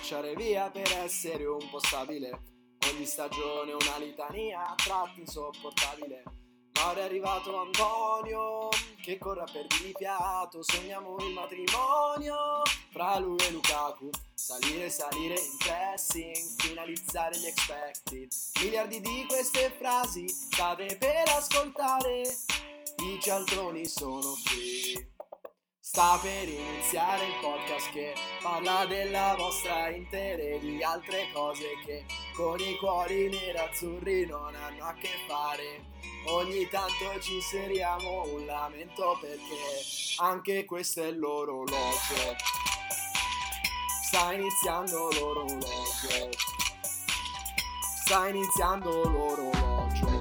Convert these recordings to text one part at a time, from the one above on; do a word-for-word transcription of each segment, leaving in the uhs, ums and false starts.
marciare via per essere un po' stabile. Ogni stagione una litania a tratti insopportabile. Ma ora è arrivato Antonio che corre a perdergli fiato. Sogniamo il matrimonio fra lui e Lukaku. Salire, salire in pressing, finalizzare gli expected. Miliardi di queste frasi state per ascoltare. I cialtroni sono qui. Sta per iniziare il podcast che parla della vostra Inter e di altre cose che con i cuori nerazzurri non hanno a che fare. Ogni tanto ci inseriamo un lamento perché anche questo è l'orologio. Sta iniziando l'orologio. Sta iniziando l'orologio.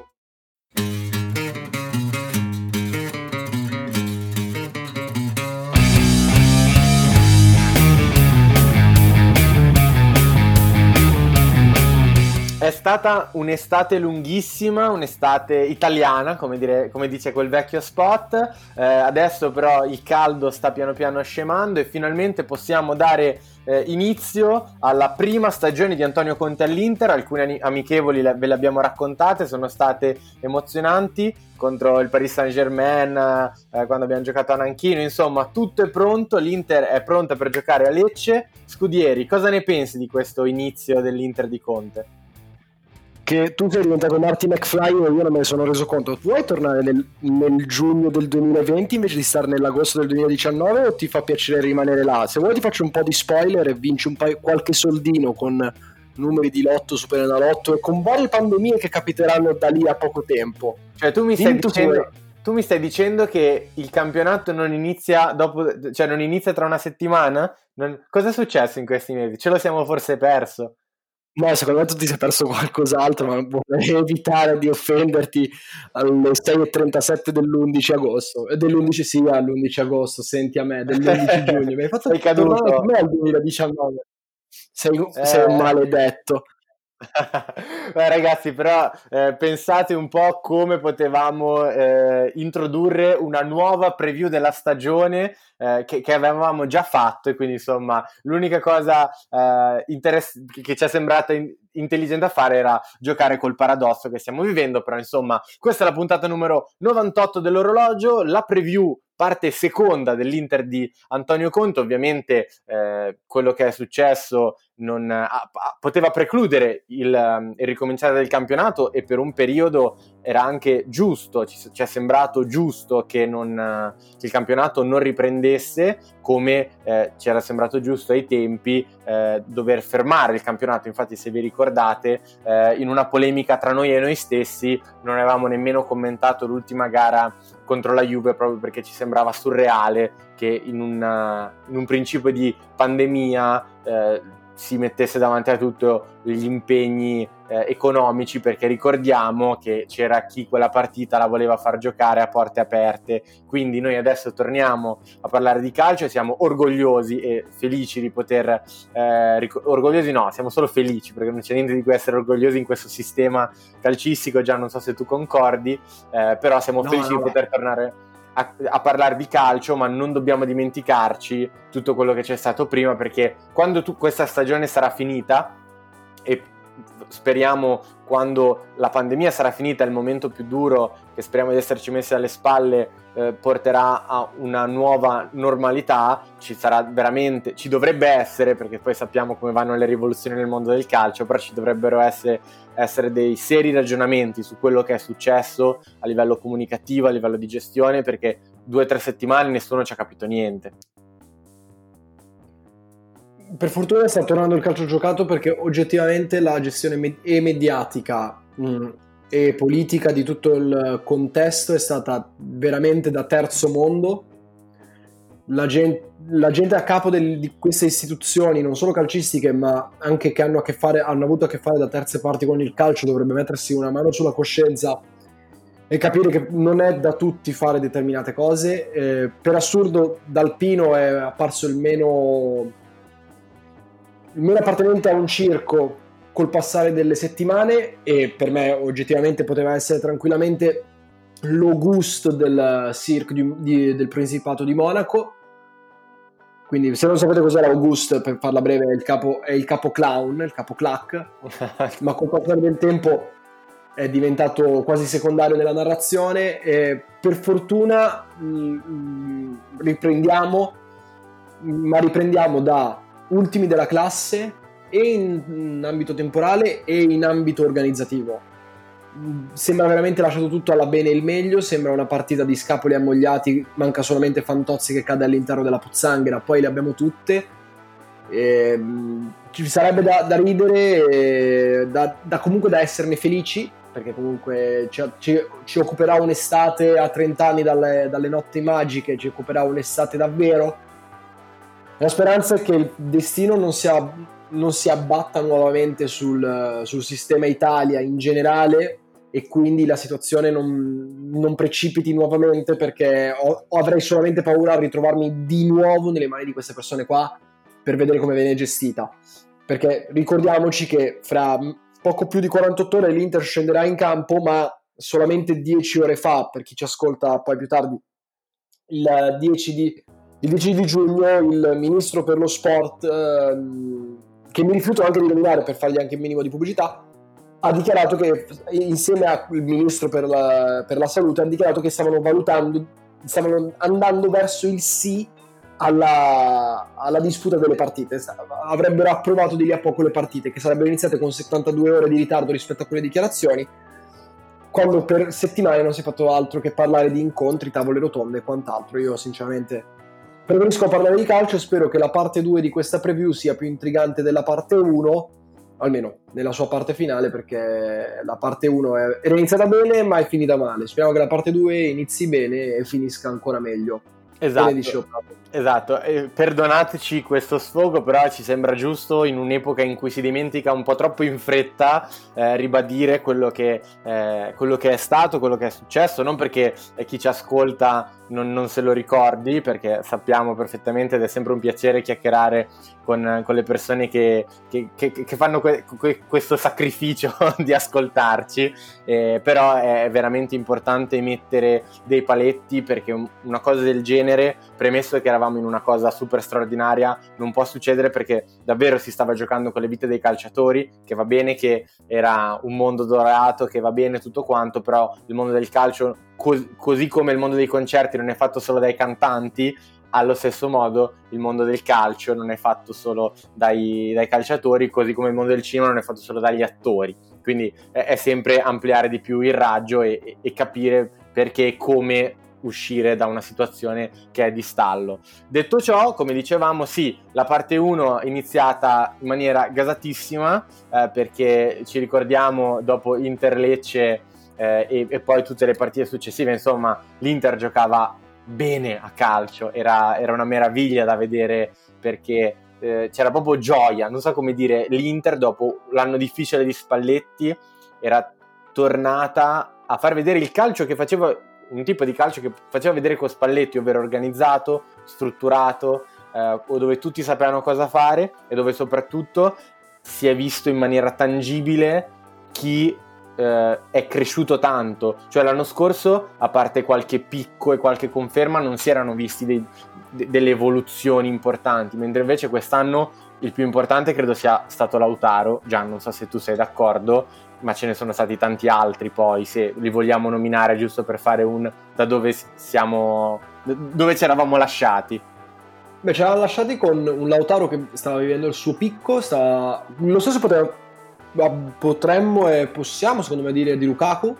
È stata un'estate lunghissima, un'estate italiana, come, dire, come dice quel vecchio spot. Eh, adesso però il caldo sta piano piano scemando e finalmente possiamo dare eh, inizio alla prima stagione di Antonio Conte all'Inter. Alcune amichevoli le, ve le abbiamo raccontate, sono state emozionanti contro il Paris Saint-Germain, eh, quando abbiamo giocato a Nanchino. Insomma, tutto è pronto, l'Inter è pronta per giocare a Lecce. Scudieri, cosa ne pensi di questo inizio dell'Inter di Conte? Che tu sei diventato Marty McFly e io non me ne sono reso conto. Vuoi tornare nel, nel giugno del duemilaventi invece di stare nell'agosto del duemiladiciannove o ti fa piacere rimanere là? Se vuoi ti faccio un po' di spoiler e vinci un paio, qualche soldino con numeri di lotto, Superenalotto e con varie pandemie che capiteranno da lì a poco tempo. Cioè tu mi stai dicendo, tu mi stai dicendo che il campionato non inizia dopo, cioè non inizia tra una settimana? Non, cosa è successo in questi mesi? Ce lo siamo forse perso? No, secondo me tu ti sei perso qualcos'altro, ma vorrei evitare di offenderti alle sei e trentasette dell'undici agosto. E dell'undici sì, all'undici agosto, senti a me, dell'undici giugno. Mi hai fatto tornare con me al duemiladiciannove. Sei, eh... sei un maledetto. Beh, ragazzi, però eh, pensate un po' come potevamo eh, introdurre una nuova preview della stagione eh, che, che avevamo già fatto, e quindi insomma l'unica cosa eh, interess- che ci è sembrata in- intelligente a fare era giocare col paradosso che stiamo vivendo. Però insomma questa è la puntata numero novantotto dell'orologio, la preview parte seconda dell'Inter di Antonio Conte. Ovviamente eh, quello che è successo non ah, poteva precludere il, il ricominciare del campionato, e per un periodo era anche giusto, ci, ci è sembrato giusto che, non, che il campionato non riprendesse, come eh, ci era sembrato giusto ai tempi eh, dover fermare il campionato. Infatti, se vi ricordate, eh, in una polemica tra noi e noi stessi non avevamo nemmeno commentato l'ultima gara contro la Juve, proprio perché ci sembrava surreale che in, una, in un principio di pandemia eh, si mettesse davanti a tutto gli impegni eh, economici, perché ricordiamo che c'era chi quella partita la voleva far giocare a porte aperte. Quindi noi adesso torniamo a parlare di calcio e siamo orgogliosi e felici di poter eh, ric- orgogliosi no, siamo solo felici, perché non c'è niente di cui essere orgogliosi in questo sistema calcistico. Già non so se tu concordi, eh, però siamo no, felici no, di poter beh. tornare A, a parlare di calcio, ma non dobbiamo dimenticarci tutto quello che c'è stato prima, perché quando tu, questa stagione sarà finita, e speriamo quando la pandemia sarà finita, il momento più duro che speriamo di esserci messi alle spalle eh, porterà a una nuova normalità, ci sarà veramente, ci dovrebbe essere, perché poi sappiamo come vanno le rivoluzioni nel mondo del calcio, però ci dovrebbero essere, essere dei seri ragionamenti su quello che è successo a livello comunicativo, a livello di gestione, perché due o tre settimane nessuno ci ha capito niente. Per fortuna sta tornando il calcio giocato, perché oggettivamente la gestione med- e mediatica mh, e politica di tutto il contesto è stata veramente da terzo mondo. La gente, la gente a capo del, di queste istituzioni, non solo calcistiche ma anche che hanno, a che fare, hanno avuto a che fare da terze parti con il calcio, dovrebbe mettersi una mano sulla coscienza e capire che non è da tutti fare determinate cose. Eh, per assurdo D'Alpino è apparso il meno il meno appartenente a un circo col passare delle settimane, e per me oggettivamente poteva essere tranquillamente l'Auguste del Cirque di, di, del Principato di Monaco. quindi se non sapete cos'era Auguste, per farla breve, è il capo, è il capo clown, il capo clac, ma col passare del tempo è diventato quasi secondario nella narrazione e per fortuna mh, riprendiamo, ma riprendiamo da ultimi della classe e in, in ambito temporale e in ambito organizzativo. Sembra veramente lasciato tutto alla bene e il meglio, sembra una partita di scapoli ammogliati, manca solamente Fantozzi che cade all'interno della pozzanghera, poi le abbiamo tutte. E, ci sarebbe da, da ridere, e da, da comunque da esserne felici, perché comunque ci, ci, ci occuperà un'estate a trenta anni dalle, dalle notti magiche, ci occuperà un'estate davvero. La speranza è che il destino non si, ab- non si abbatta nuovamente sul, sul sistema Italia in generale e quindi la situazione non, non precipiti nuovamente, perché ho, o avrei solamente paura a ritrovarmi di nuovo nelle mani di queste persone qua per vedere come viene gestita, perché ricordiamoci che fra poco più di quarantotto ore l'Inter scenderà in campo, ma solamente dieci ore fa, per chi ci ascolta poi più tardi, il dieci di, il dieci di giugno il ministro per lo sport, ehm, che mi rifiuto anche di nominare per fargli anche il minimo di pubblicità, ha dichiarato che, insieme al ministro per la, per la salute, ha dichiarato che stavano valutando, stavano andando verso il sì alla, alla disputa delle partite. Avrebbero approvato di lì a poco le partite, che sarebbero iniziate con settantadue ore di ritardo rispetto a quelle dichiarazioni, quando per settimane non si è fatto altro che parlare di incontri, tavole rotonde e quant'altro. Io sinceramente preferisco parlare di calcio e spero che la parte due di questa preview sia più intrigante della parte uno, almeno nella sua parte finale, perché la parte uno è, era iniziata bene ma è finita male. Speriamo che la parte due inizi bene e finisca ancora meglio. Esatto, esatto. Eh, perdonateci questo sfogo, però ci sembra giusto, in un'epoca in cui si dimentica un po' troppo in fretta, eh, ribadire quello che, eh, quello che è stato, quello che è successo, non perché eh, chi ci ascolta non, non se lo ricordi, perché sappiamo perfettamente ed è sempre un piacere chiacchierare con, con le persone che, che, che, che fanno que, que, questo sacrificio di ascoltarci, eh, però è veramente importante mettere dei paletti, perché un, una cosa del genere, premesso che eravamo in una cosa super straordinaria, non può succedere, perché davvero si stava giocando con le vite dei calciatori, che va bene che era un mondo dorato, che va bene tutto quanto, però il mondo del calcio, cos- così come il mondo dei concerti non è fatto solo dai cantanti, allo stesso modo il mondo del calcio non è fatto solo dai, dai calciatori, così come il mondo del cinema non è fatto solo dagli attori. Quindi è, è sempre ampliare di più il raggio e, e capire perché e come uscire da una situazione che è di stallo. Detto ciò, come dicevamo, sì, la parte uno è iniziata in maniera gasatissima, eh, perché ci ricordiamo dopo Inter-Lecce eh, e, e poi tutte le partite successive, insomma, l'Inter giocava bene a calcio, era, era una meraviglia da vedere, perché eh, c'era proprio gioia, non so come dire, l'Inter dopo l'anno difficile di Spalletti era tornata a far vedere il calcio che faceva, un tipo di calcio che faceva vedere con Spalletti, ovvero organizzato, strutturato, eh, dove tutti sapevano cosa fare e dove soprattutto si è visto in maniera tangibile chi eh, è cresciuto tanto. Cioè l'anno scorso, a parte qualche picco e qualche conferma, non si erano visti dei, de, delle evoluzioni importanti, mentre invece quest'anno il più importante credo sia stato Lautaro. Gian, non so se tu sei d'accordo, ma ce ne sono stati tanti altri poi, se li vogliamo nominare, giusto per fare un da dove siamo, dove ci eravamo lasciati. Beh, ci eravamo lasciati con un Lautaro che stava vivendo il suo picco, stava... non so se poteva... potremmo e possiamo secondo me dire di Lukaku,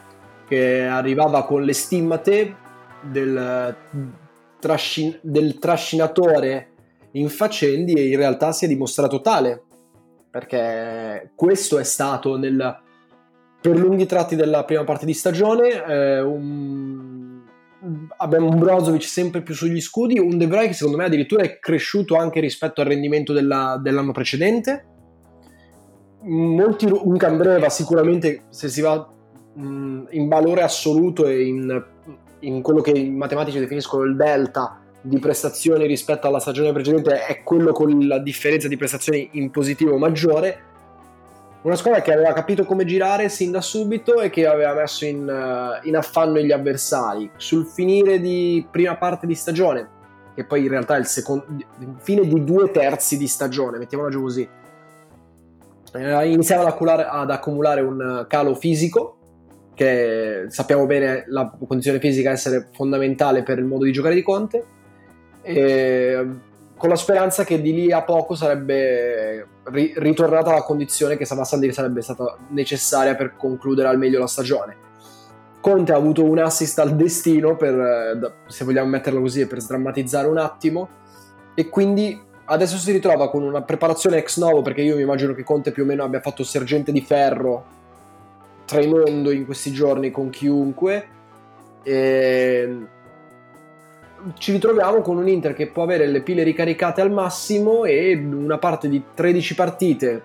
che arrivava con le stimmate del, trascin... del trascinatore in faccendi e in realtà si è dimostrato tale, perché questo è stato nel, per lunghi tratti della prima parte di stagione, eh, un, abbiamo un Brozovic sempre più sugli scudi, un De Vrij che secondo me addirittura è cresciuto anche rispetto al rendimento della, dell'anno precedente, molti, un Candreva sicuramente, se si va mh, in valore assoluto e in, in quello che i matematici definiscono il delta di prestazioni rispetto alla stagione precedente, è quello con la differenza di prestazioni in positivo maggiore. Una squadra che aveva capito come girare sin da subito e che aveva messo in, in affanno gli avversari sul finire di prima parte di stagione, che poi in realtà è il secondo, fine di due terzi di stagione, mettiamola giù così, eh, iniziava ad accumulare, ad accumulare un calo fisico, che sappiamo bene la condizione fisica essere fondamentale per il modo di giocare di Conte, e con la speranza che di lì a poco sarebbe ri- ritornata la condizione che stava Sandri sarebbe stata necessaria per concludere al meglio la stagione. Conte ha avuto un assist al destino, per, se vogliamo metterlo così, per sdrammatizzare un attimo, e quindi adesso si ritrova con una preparazione ex novo, perché io mi immagino che Conte più o meno abbia fatto sergente di ferro tremendo in questi giorni con chiunque, e ci ritroviamo con un Inter che può avere le pile ricaricate al massimo e una parte di tredici partite,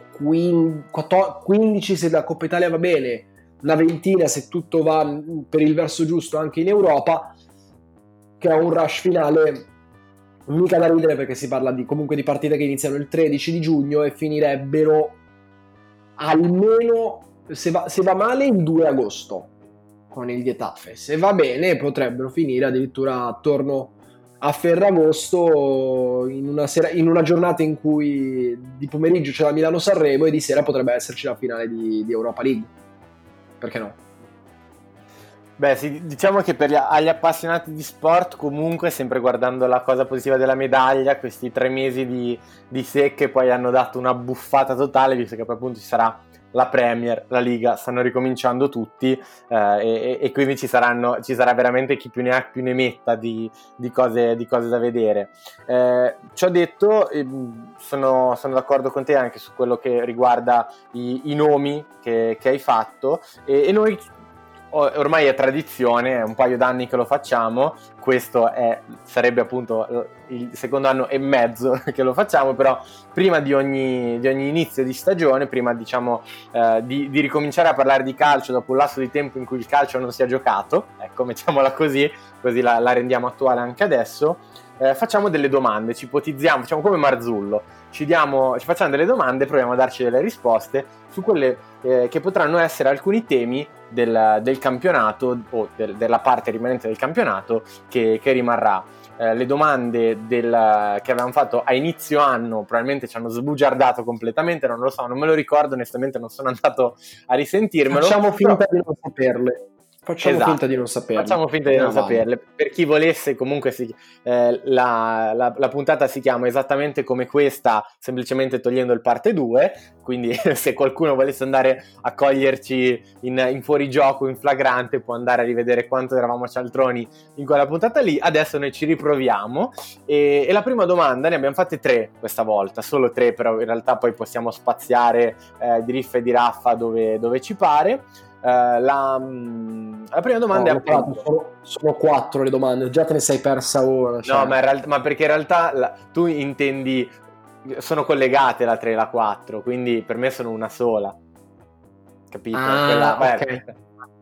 quindici se la Coppa Italia va bene, una ventina se tutto va per il verso giusto anche in Europa, che ha un rush finale mica da ridere, perché si parla di, comunque di partite che iniziano il tredici di giugno e finirebbero almeno, se va, se va male, il due agosto con il Getafe. Se va bene potrebbero finire addirittura attorno a Ferragosto, in una, sera, in una giornata in cui di pomeriggio c'è la Milano-Sanremo e di sera potrebbe esserci la finale di, di Europa League. Perché no? Beh, sì, diciamo che per gli, agli appassionati di sport, comunque, sempre guardando la cosa positiva della medaglia, questi tre mesi di, di secche poi hanno dato una buffata totale, visto che poi appunto ci sarà la Premier, la Liga, stanno ricominciando tutti, eh, e, e quindi ci saranno ci sarà veramente chi più ne ha più ne metta di, di, cose, di cose da vedere. Eh, ciò detto, eh, sono, sono d'accordo con te anche su quello che riguarda i, i nomi che, che hai fatto, e, e noi ormai è tradizione, è un paio d'anni che lo facciamo, questo è, sarebbe appunto il secondo anno e mezzo che lo facciamo, però prima di ogni, di ogni inizio di stagione, prima diciamo eh, di, di ricominciare a parlare di calcio dopo un lasso di tempo in cui il calcio non si è giocato, ecco, mettiamola così, così la, la rendiamo attuale anche adesso, eh, facciamo delle domande, ci ipotizziamo, facciamo come Marzullo, ci, diamo, ci facciamo delle domande, proviamo a darci delle risposte su quelle eh, che potranno essere alcuni temi del, del campionato o del, della parte rimanente del campionato che, che rimarrà. Eh, le domande del, che avevamo fatto a inizio anno probabilmente ci hanno sbugiardato completamente, non lo so, non me lo ricordo, onestamente non sono andato a risentirmelo. Facciamo finta però... di non saperle. Facciamo esatto. finta di non saperle. Facciamo finta di non saperle. Per chi volesse, comunque si, eh, la, la, la puntata si chiama esattamente come questa, semplicemente togliendo il parte due, quindi se qualcuno volesse andare a coglierci in, in fuorigioco, in flagrante, può andare a rivedere quanto eravamo cialtroni in quella puntata lì. Adesso noi ci riproviamo e, e la prima domanda, ne abbiamo fatte tre questa volta, solo tre, però in realtà poi possiamo spaziare eh, di riffa e di raffa dove, dove ci pare. Uh, la, la prima domanda no, è appunto... sono, sono quattro le domande, già te ne sei persa una. Cioè... No, ma, in realtà, ma perché in realtà la, tu intendi, sono collegate la tre e la quattro, quindi per me sono una sola, capito? Ah, Quella, ok. Beh,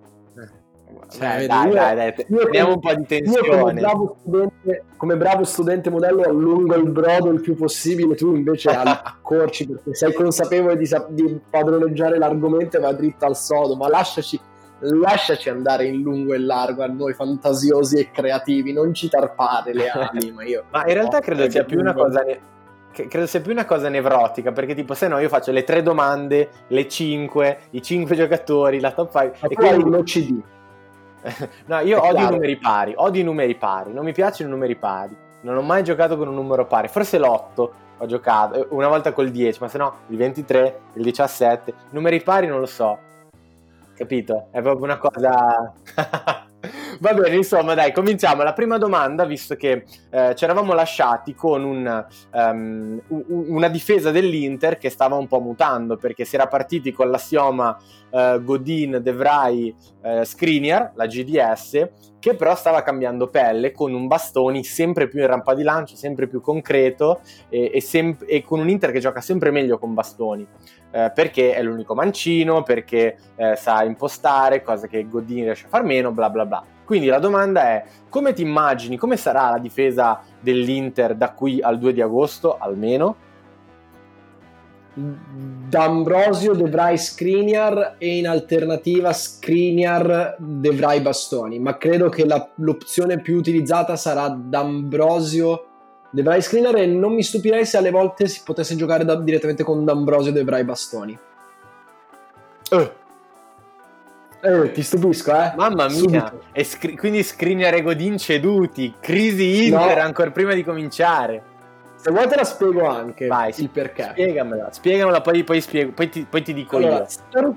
cioè, dai, io, dai, dai, io teniamo come, un po' di tensione. Io come bravo, studente, come bravo studente modello allungo il brodo il più possibile, tu invece accorci perché sei consapevole di, di padroneggiare l'argomento e va dritto al sodo, ma lasciaci, lasciaci andare in lungo e largo a noi fantasiosi e creativi, non ci tarpare le ali. Ma, io, ma in realtà no, credo sia più una cosa... Ne- credo sia più una cosa nevrotica, perché tipo se no io faccio le tre domande, le cinque, i cinque giocatori, la top cinque ma e poi quindi... lo C D. No, io È odio chiaro. i numeri pari, odio i numeri pari, non mi piacciono i numeri pari, non ho mai giocato con un numero pari, forse l'otto ho giocato, una volta col dieci, ma se no il ventitré, il diciassette, numeri pari non lo so, capito? È proprio una cosa... Va bene, insomma, dai, cominciamo. La prima domanda, visto che eh, ci eravamo lasciati con un, um, una difesa dell'Inter che stava un po' mutando, perché si era partiti con l'assioma uh, Godin, De Vrij, uh, Skriniar, la G D S, che però stava cambiando pelle con un Bastoni sempre più in rampa di lancio, sempre più concreto e, e, sem- e con un Inter che gioca sempre meglio con Bastoni. Eh, perché è l'unico mancino, perché eh, sa impostare, cosa che Godin riesce a far meno, bla bla bla. Quindi la domanda è: come ti immagini, come sarà la difesa dell'Inter da qui al due di agosto almeno? D'Ambrosio, De Vrij, Skriniar e in alternativa Skriniar, De Vrij, Bastoni, ma credo che la, l'opzione più utilizzata sarà D'Ambrosio, De Vrij, Skriniar, e non mi stupirei se alle volte si potesse giocare da, direttamente con D'Ambrosio, De Vrij, Bastoni. Uh. Eh, ti stupisco, eh? Mamma mia, e scri- quindi Skriniar e Godin ceduti, crisi Inter no. ancora prima di cominciare. Se vuoi te la spiego anche. Vai, il perché. Spiegamela, spiegamela, poi, poi, spiego, poi, ti, poi ti dico allora, io. Stor-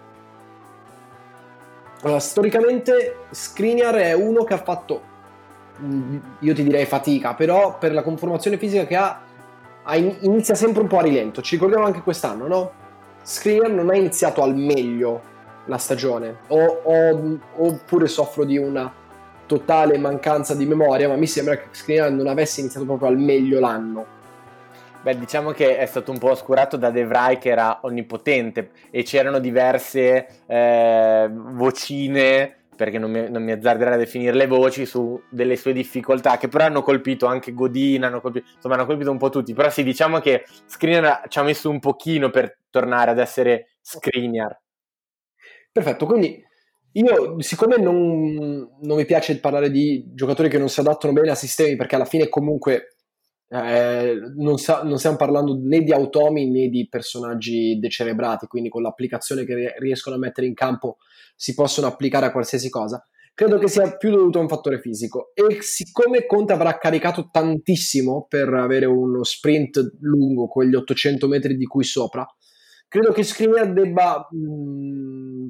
allora, storicamente Skriniar è uno che ha fatto, io ti direi fatica, però per la conformazione fisica che ha, ha in- inizia sempre un po' a rilento. Ci ricordiamo anche quest'anno, no? Skriniar non ha iniziato al meglio la stagione, o, o, oppure soffro di una totale mancanza di memoria, ma mi sembra che Skriniar non avesse iniziato proprio al meglio l'anno. Beh, diciamo che è stato un po' oscurato da De Vrij, che era onnipotente, e c'erano diverse eh, vocine, perché non mi, non mi azzarderei a definire le voci, su delle sue difficoltà, che però hanno colpito anche Godin, hanno colpito, insomma hanno colpito un po' tutti. Però sì, diciamo che Skriniar ci ha messo un pochino per tornare ad essere Skriniar. Perfetto, quindi io, siccome non, non mi piace parlare di giocatori che non si adattano bene a sistemi, perché alla fine comunque eh, non, sa, non stiamo parlando né di automi né di personaggi decerebrati, quindi con l'applicazione che riescono a mettere in campo si possono applicare a qualsiasi cosa, credo che sia più dovuto a un fattore fisico. E siccome Conte avrà caricato tantissimo per avere uno sprint lungo, quegli ottocento metri di cui sopra, credo che Skriniar debba mh,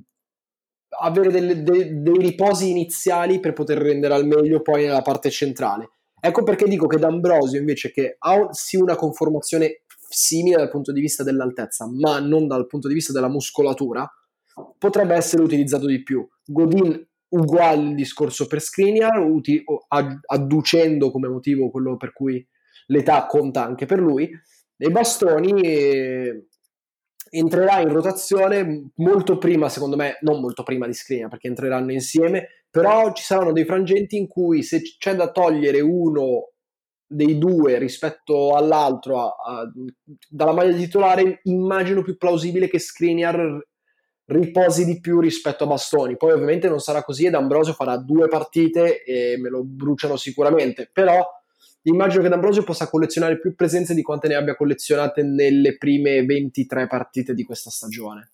avere delle, de, dei riposi iniziali per poter rendere al meglio poi nella parte centrale. Ecco perché dico che D'Ambrosio, invece, che ha sì una conformazione simile dal punto di vista dell'altezza, ma non dal punto di vista della muscolatura, potrebbe essere utilizzato di più. Godin uguale il discorso per Skriniar, uti- adducendo come motivo quello per cui l'età conta anche per lui, e Bastoni eh, entrerà in rotazione molto prima, secondo me, non molto prima di Skriniar, perché entreranno insieme, però ci saranno dei frangenti in cui se c'è da togliere uno dei due rispetto all'altro a, a, dalla maglia titolare, immagino più plausibile che Skriniar riposi di più rispetto a Bastoni. Poi ovviamente non sarà così e D'Ambrosio farà due partite e me lo bruciano sicuramente, però immagino che D'Ambrosio possa collezionare più presenze di quante ne abbia collezionate nelle prime ventitré partite di questa stagione.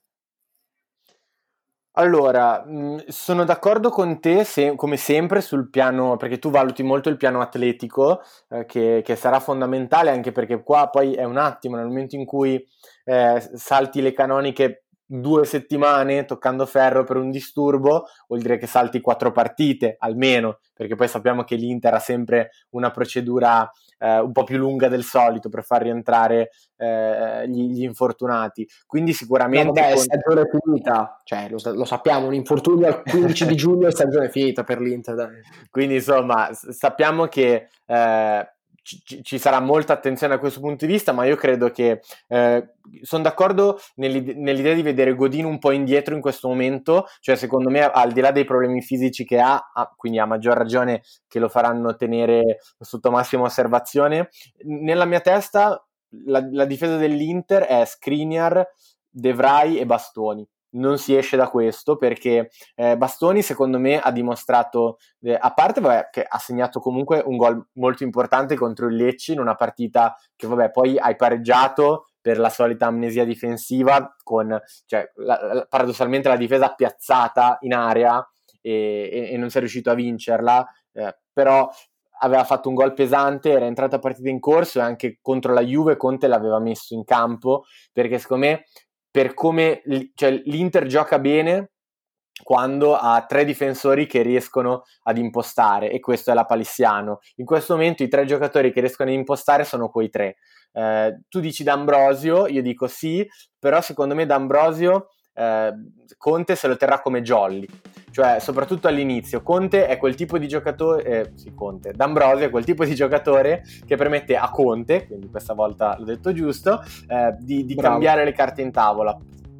Allora, sono d'accordo con te, se, come sempre, sul piano, perché tu valuti molto il piano atletico, eh, che, che sarà fondamentale, anche perché qua poi è un attimo, nel momento in cui eh, salti le canoniche due settimane toccando ferro per un disturbo, vuol dire che salti quattro partite almeno, perché poi sappiamo che l'Inter ha sempre una procedura eh, un po' più lunga del solito per far rientrare eh, gli, gli infortunati, quindi sicuramente no, vabbè, con... è stagione finita, cioè lo, lo sappiamo, un infortunio al quindici di giugno è stagione finita per l'Inter, dai. Quindi insomma sappiamo che eh, ci, ci sarà molta attenzione a questo punto di vista, ma io credo che eh, sono d'accordo nell'ide- nell'idea di vedere Godin un po' indietro in questo momento, cioè secondo me al di là dei problemi fisici che ha, ha quindi a maggior ragione che lo faranno tenere sotto massima osservazione, nella mia testa la, la difesa dell'Inter è Skriniar, De Vrij e Bastoni. Non si esce da questo perché eh, Bastoni secondo me ha dimostrato, eh, a parte vabbè, che ha segnato comunque un gol molto importante contro il Lecce in una partita che vabbè poi hai pareggiato per la solita amnesia difensiva con, cioè, la, la, paradossalmente la difesa piazzata in area e, e, e non sei riuscito a vincerla, eh, però aveva fatto un gol pesante, era entrata partita in corso e anche contro la Juve Conte l'aveva messo in campo perché secondo me per come cioè, l'Inter gioca bene quando ha tre difensori che riescono ad impostare, e questo è la Palissiano. In questo momento i tre giocatori che riescono ad impostare sono quei tre. Eh, tu dici D'Ambrosio, io dico sì, però secondo me D'Ambrosio eh, Conte se lo terrà come jolly, cioè soprattutto all'inizio. Conte è quel tipo di giocatore, eh, sì Conte, D'Ambrosio è quel tipo di giocatore che permette a Conte, quindi questa volta l'ho detto giusto, eh, di, di cambiare le carte in tavola.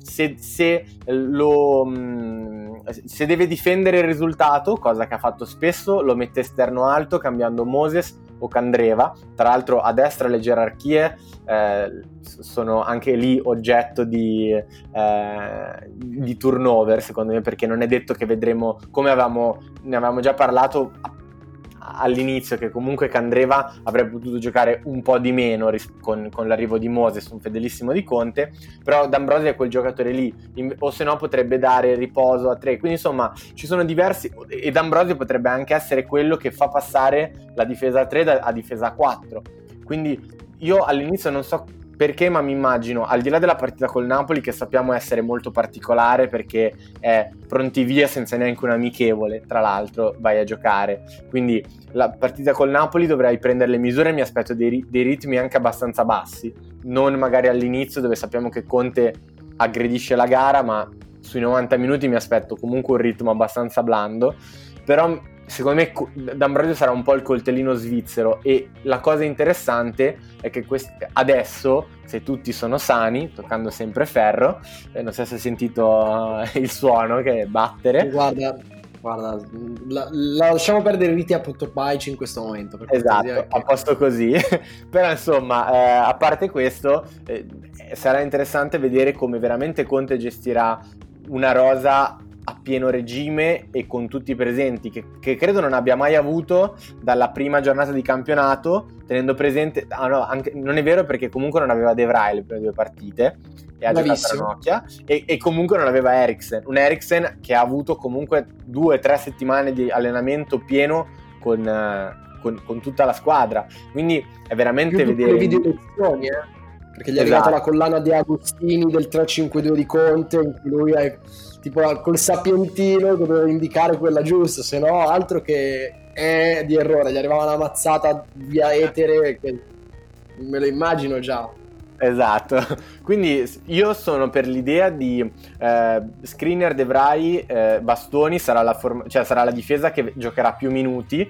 se, se lo mh, se deve difendere il risultato, cosa che ha fatto spesso, lo mette esterno alto cambiando Moses o Candreva. Tra l'altro a destra le gerarchie eh, sono anche lì oggetto di, eh, di turnover, secondo me, perché non è detto che vedremo, come avevamo, ne avevamo già parlato all'inizio, che comunque Candreva avrebbe potuto giocare un po' di meno ris- con, con l'arrivo di Moses, un fedelissimo di Conte, però D'Ambrosio è quel giocatore lì, in- o se no potrebbe dare riposo a tre, quindi insomma ci sono diversi, e D'Ambrosio potrebbe anche essere quello che fa passare la difesa a tre da, a difesa a quattro, quindi io all'inizio non so perché, ma mi immagino, al di là della partita col Napoli, che sappiamo essere molto particolare perché è pronti via senza neanche un amichevole, tra l'altro vai a giocare, quindi la partita col Napoli dovrai prendere le misure, mi aspetto dei, dei ritmi anche abbastanza bassi, non magari all'inizio dove sappiamo che Conte aggredisce la gara, ma sui novanta minuti mi aspetto comunque un ritmo abbastanza blando, però secondo me D'Ambrosio sarà un po' il coltellino svizzero, e la cosa interessante è che quest- adesso, se tutti sono sani, toccando sempre ferro, eh, non so se hai sentito uh, il suono che è battere. Guarda, guarda la, la lasciamo perdere i riti apotopaici in questo momento. Per esatto, che... a posto così. Però insomma, eh, a parte questo, eh, sarà interessante vedere come veramente Conte gestirà una rosa a pieno regime e con tutti i presenti, che, che credo non abbia mai avuto dalla prima giornata di campionato, tenendo presente, ah no, anche, non è vero, perché comunque non aveva De Vrij le prime due partite e ha Bravissimo. giocato a Ranocchia, e, e comunque non aveva Eriksen, un Eriksen che ha avuto comunque due o tre settimane di allenamento pieno con, uh, con, con tutta la squadra, quindi è veramente più vedere le video lezioni, eh? Perché gli è esatto. arrivata la collana di Agostini del tre cinque due di Conte, in cui lui è tipo col sapientino che doveva indicare quella giusta, se no altro che è di errore, gli arrivava una mazzata via etere che me lo immagino già. Esatto, quindi io sono per l'idea di eh, Skriniar, De Vrij, eh, Bastoni sarà la, form- cioè sarà la difesa che giocherà più minuti,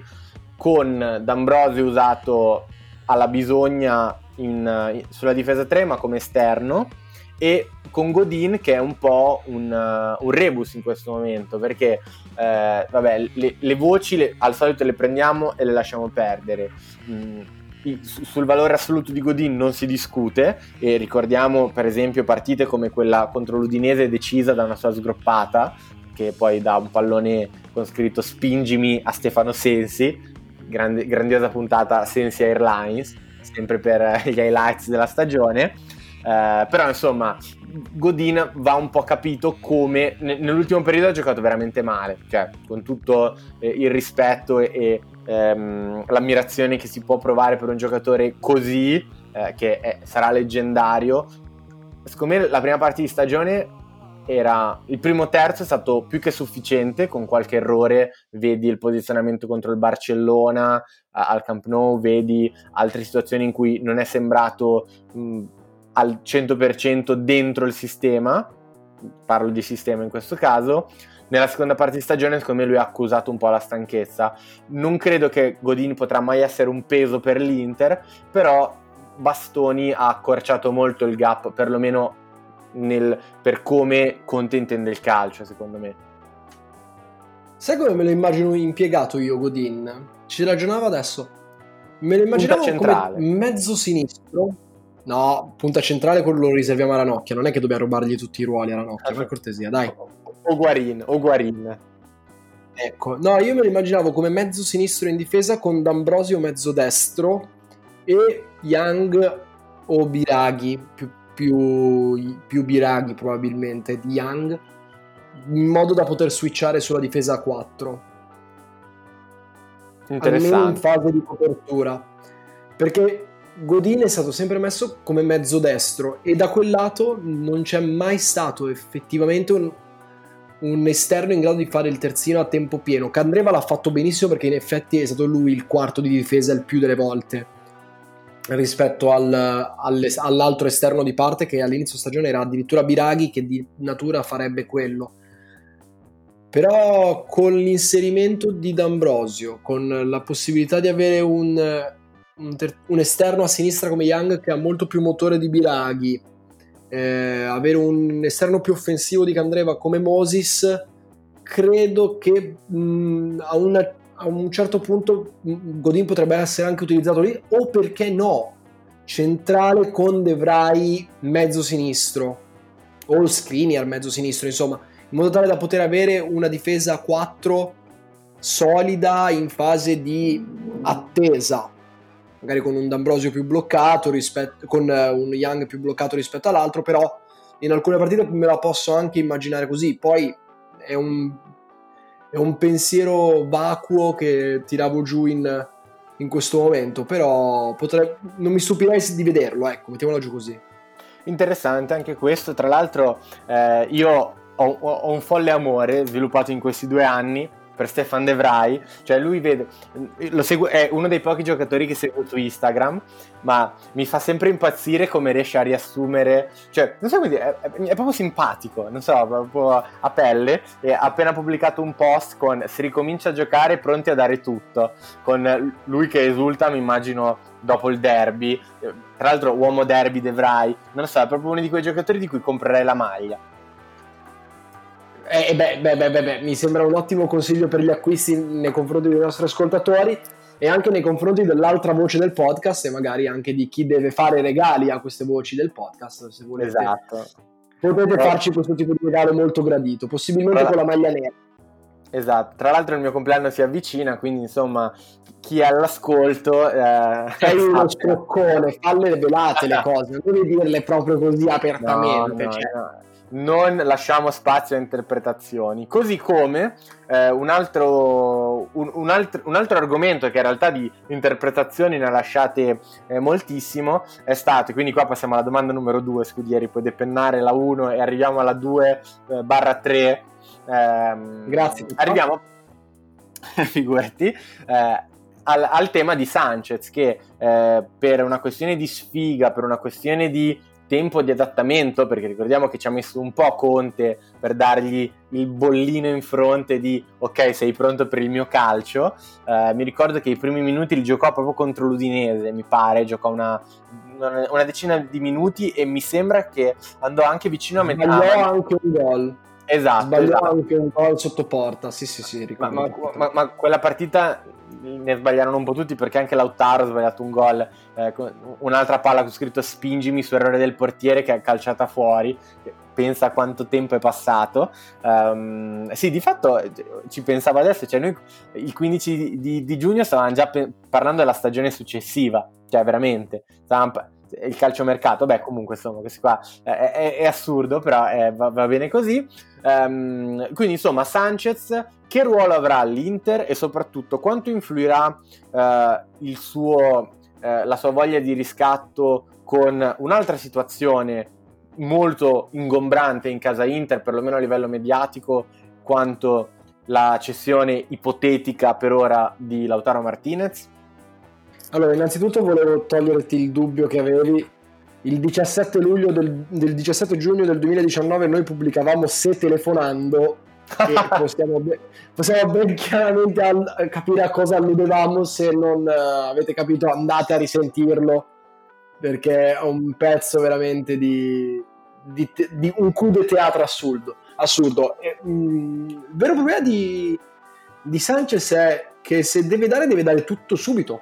con D'Ambrosio usato alla bisogna in, in, sulla difesa tre ma come esterno, e con Godin che è un po' un, uh, un rebus in questo momento, perché eh, vabbè, le, le voci le, al solito le prendiamo e le lasciamo perdere. Mm. Sul valore assoluto di Godin non si discute, e ricordiamo per esempio partite come quella contro l'Udinese decisa da una sua sgroppata, che poi dà un pallone con scritto spingimi a Stefano Sensi, grande, grandiosa puntata Sensi Airlines, sempre per gli highlights della stagione. Uh, però insomma Godin va un po' capito come nell'ultimo periodo ha giocato veramente male, cioè con tutto eh, il rispetto e, e ehm, l'ammirazione che si può provare per un giocatore così eh, che è, sarà leggendario. Secondo me la prima parte di stagione era, il primo terzo è stato più che sufficiente, con qualche errore, vedi il posizionamento contro il Barcellona al Camp Nou, vedi altre situazioni in cui non è sembrato mh, al cento per cento dentro il sistema, parlo di sistema in questo caso. Nella seconda parte di stagione secondo me lui ha accusato un po' la stanchezza. Non credo che Godin potrà mai essere un peso per l'Inter, però Bastoni ha accorciato molto il gap, perlomeno nel, per come Conte intende il calcio, secondo me. Sai come me lo immagino impiegato io Godin? Ci ragionavo adesso. Me lo immaginavo come mezzo sinistro. No, punta centrale quello lo riserviamo a Ranocchia, non è che dobbiamo rubargli tutti i ruoli a Ranocchia, per cortesia, dai. O Guarin, o Guarin. Ecco, no, io me lo immaginavo come mezzo sinistro in difesa con D'Ambrosio mezzo destro e Young o Biraghi, più, più, più Biraghi probabilmente di Young, in modo da poter switchare sulla difesa a quattro. Almeno in fase di copertura. Perché Godin è stato sempre messo come mezzo destro e da quel lato non c'è mai stato effettivamente un, un esterno in grado di fare il terzino a tempo pieno. Candreva l'ha fatto benissimo perché in effetti è stato lui il quarto di difesa il più delle volte rispetto al, al, all'altro esterno di parte che all'inizio stagione era addirittura Biraghi, che di natura farebbe quello. Però con l'inserimento di D'Ambrosio, con la possibilità di avere un Un, ter- un esterno a sinistra come Young che ha molto più motore di Biraghi, eh, avere un esterno più offensivo di Candreva come Moses, credo che mh, a, una, a un certo punto mh, Godin potrebbe essere anche utilizzato lì, o perché no, centrale con De Vrij mezzo sinistro o Skriniar mezzo sinistro, insomma, in modo tale da poter avere una difesa a quattro solida in fase di attesa, magari con un D'Ambrosio più bloccato rispetto, con un Young più bloccato rispetto all'altro, però in alcune partite me la posso anche immaginare così. Poi è un, è un pensiero vacuo che tiravo giù in, in questo momento, però potrei, non mi stupirei di vederlo, ecco, mettiamola giù così. Interessante anche questo, tra l'altro eh, io ho, ho un folle amore sviluppato in questi due anni per Stefan De Vrij, cioè lui vede, lo segue, è uno dei pochi giocatori che seguo su Instagram, ma mi fa sempre impazzire come riesce a riassumere, cioè non so come dire, è, è proprio simpatico, non so, proprio a pelle, e ha appena pubblicato un post con si ricomincia a giocare pronti a dare tutto, con lui che esulta, mi immagino dopo il derby, tra l'altro uomo derby De Vrij, non lo so, è proprio uno di quei giocatori di cui comprerei la maglia. Eh, beh, beh, beh, beh, mi sembra un ottimo consiglio per gli acquisti nei confronti dei nostri ascoltatori e anche nei confronti dell'altra voce del podcast e magari anche di chi deve fare regali a queste voci del podcast, se volete. Esatto. Potete eh. farci questo tipo di regalo molto gradito, possibilmente Tra... con la maglia nera. Esatto, tra l'altro il mio compleanno si avvicina, quindi insomma chi è all'ascolto eh, sei uno scroccone, falle velate le cose, non devi dirle proprio così apertamente. No, no, cioè. no. Non lasciamo spazio a interpretazioni, così come eh, un, altro, un, un, altro, un altro argomento che in realtà di interpretazioni ne ha lasciate eh, moltissimo è stato, quindi qua passiamo alla domanda numero due, Scudieri, puoi depennare la uno e arriviamo alla due barra tre. Ehm, Grazie. Arriviamo, figurati, eh, al, al tema di Sanchez che eh, per una questione di sfiga, per una questione di tempo di adattamento, perché ricordiamo che ci ha messo un po' Conte per dargli il bollino in fronte di ok, sei pronto per il mio calcio. Eh, mi ricordo che i primi minuti li giocò proprio contro l'Udinese, mi pare, giocò una, una decina di minuti e mi sembra che andò anche vicino a metà. Sbagliò anche un gol. Esatto, sbagliò esatto. anche un gol sotto porta, sì sì sì, ricordo. Ma, ma, ma, ma quella partita ne sbagliarono un po' tutti, perché anche Lautaro ha sbagliato un gol, eh, un'altra palla con scritto spingimi su errore del portiere che è calciata fuori. Pensa a quanto tempo è passato. Um, sì, di fatto ci pensavo adesso, cioè noi il quindici di, di, di giugno stavamo già pe- parlando della stagione successiva, cioè veramente stavamo il calciomercato, beh comunque insomma questo qua è, è, è assurdo, però è, va, va bene così. Um, quindi insomma Sanchez, che ruolo avrà l'Inter e soprattutto quanto influirà uh, il suo, uh, la sua voglia di riscatto con un'altra situazione molto ingombrante in casa Inter, perlomeno a livello mediatico, quanto la cessione ipotetica per ora di Lautaro Martinez? Allora, innanzitutto volevo toglierti il dubbio che avevi. Il diciassette luglio del, del diciassette giugno del duemiladiciannove noi pubblicavamo Se telefonando e possiamo, be- possiamo ben chiaramente al- capire a cosa alludevamo. Se non uh, avete capito, andate a risentirlo, perché è un pezzo veramente di, di, te- di un coup de théâtre assurdo. assurdo. E, mh, il vero problema di, di Sanchez è che se deve dare, deve dare tutto subito,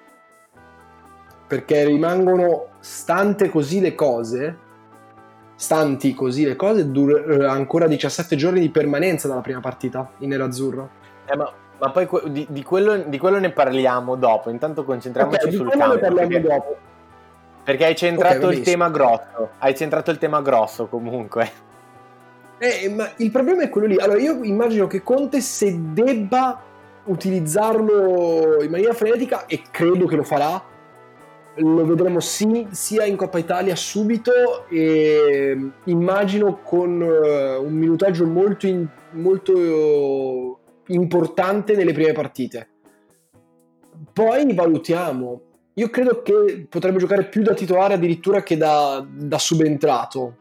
perché rimangono stante così le cose stanti così le cose dur- ancora diciassette giorni di permanenza dalla prima partita in nerazzurro. Eh, ma, ma poi que- di, di, quello, di quello ne parliamo dopo, intanto concentriamoci okay, sul di campo, ne parliamo perché, dopo. perché hai centrato okay, il tema grosso hai centrato il tema grosso comunque. Eh, ma il problema è quello lì. Allora io immagino che Conte, se debba utilizzarlo in maniera frenetica, e credo che lo farà, lo vedremo sì, sia in Coppa Italia subito, e immagino con uh, un minutaggio molto, in, molto uh, importante nelle prime partite. Poi valutiamo. Io credo che potrebbe giocare più da titolare addirittura che da, da subentrato,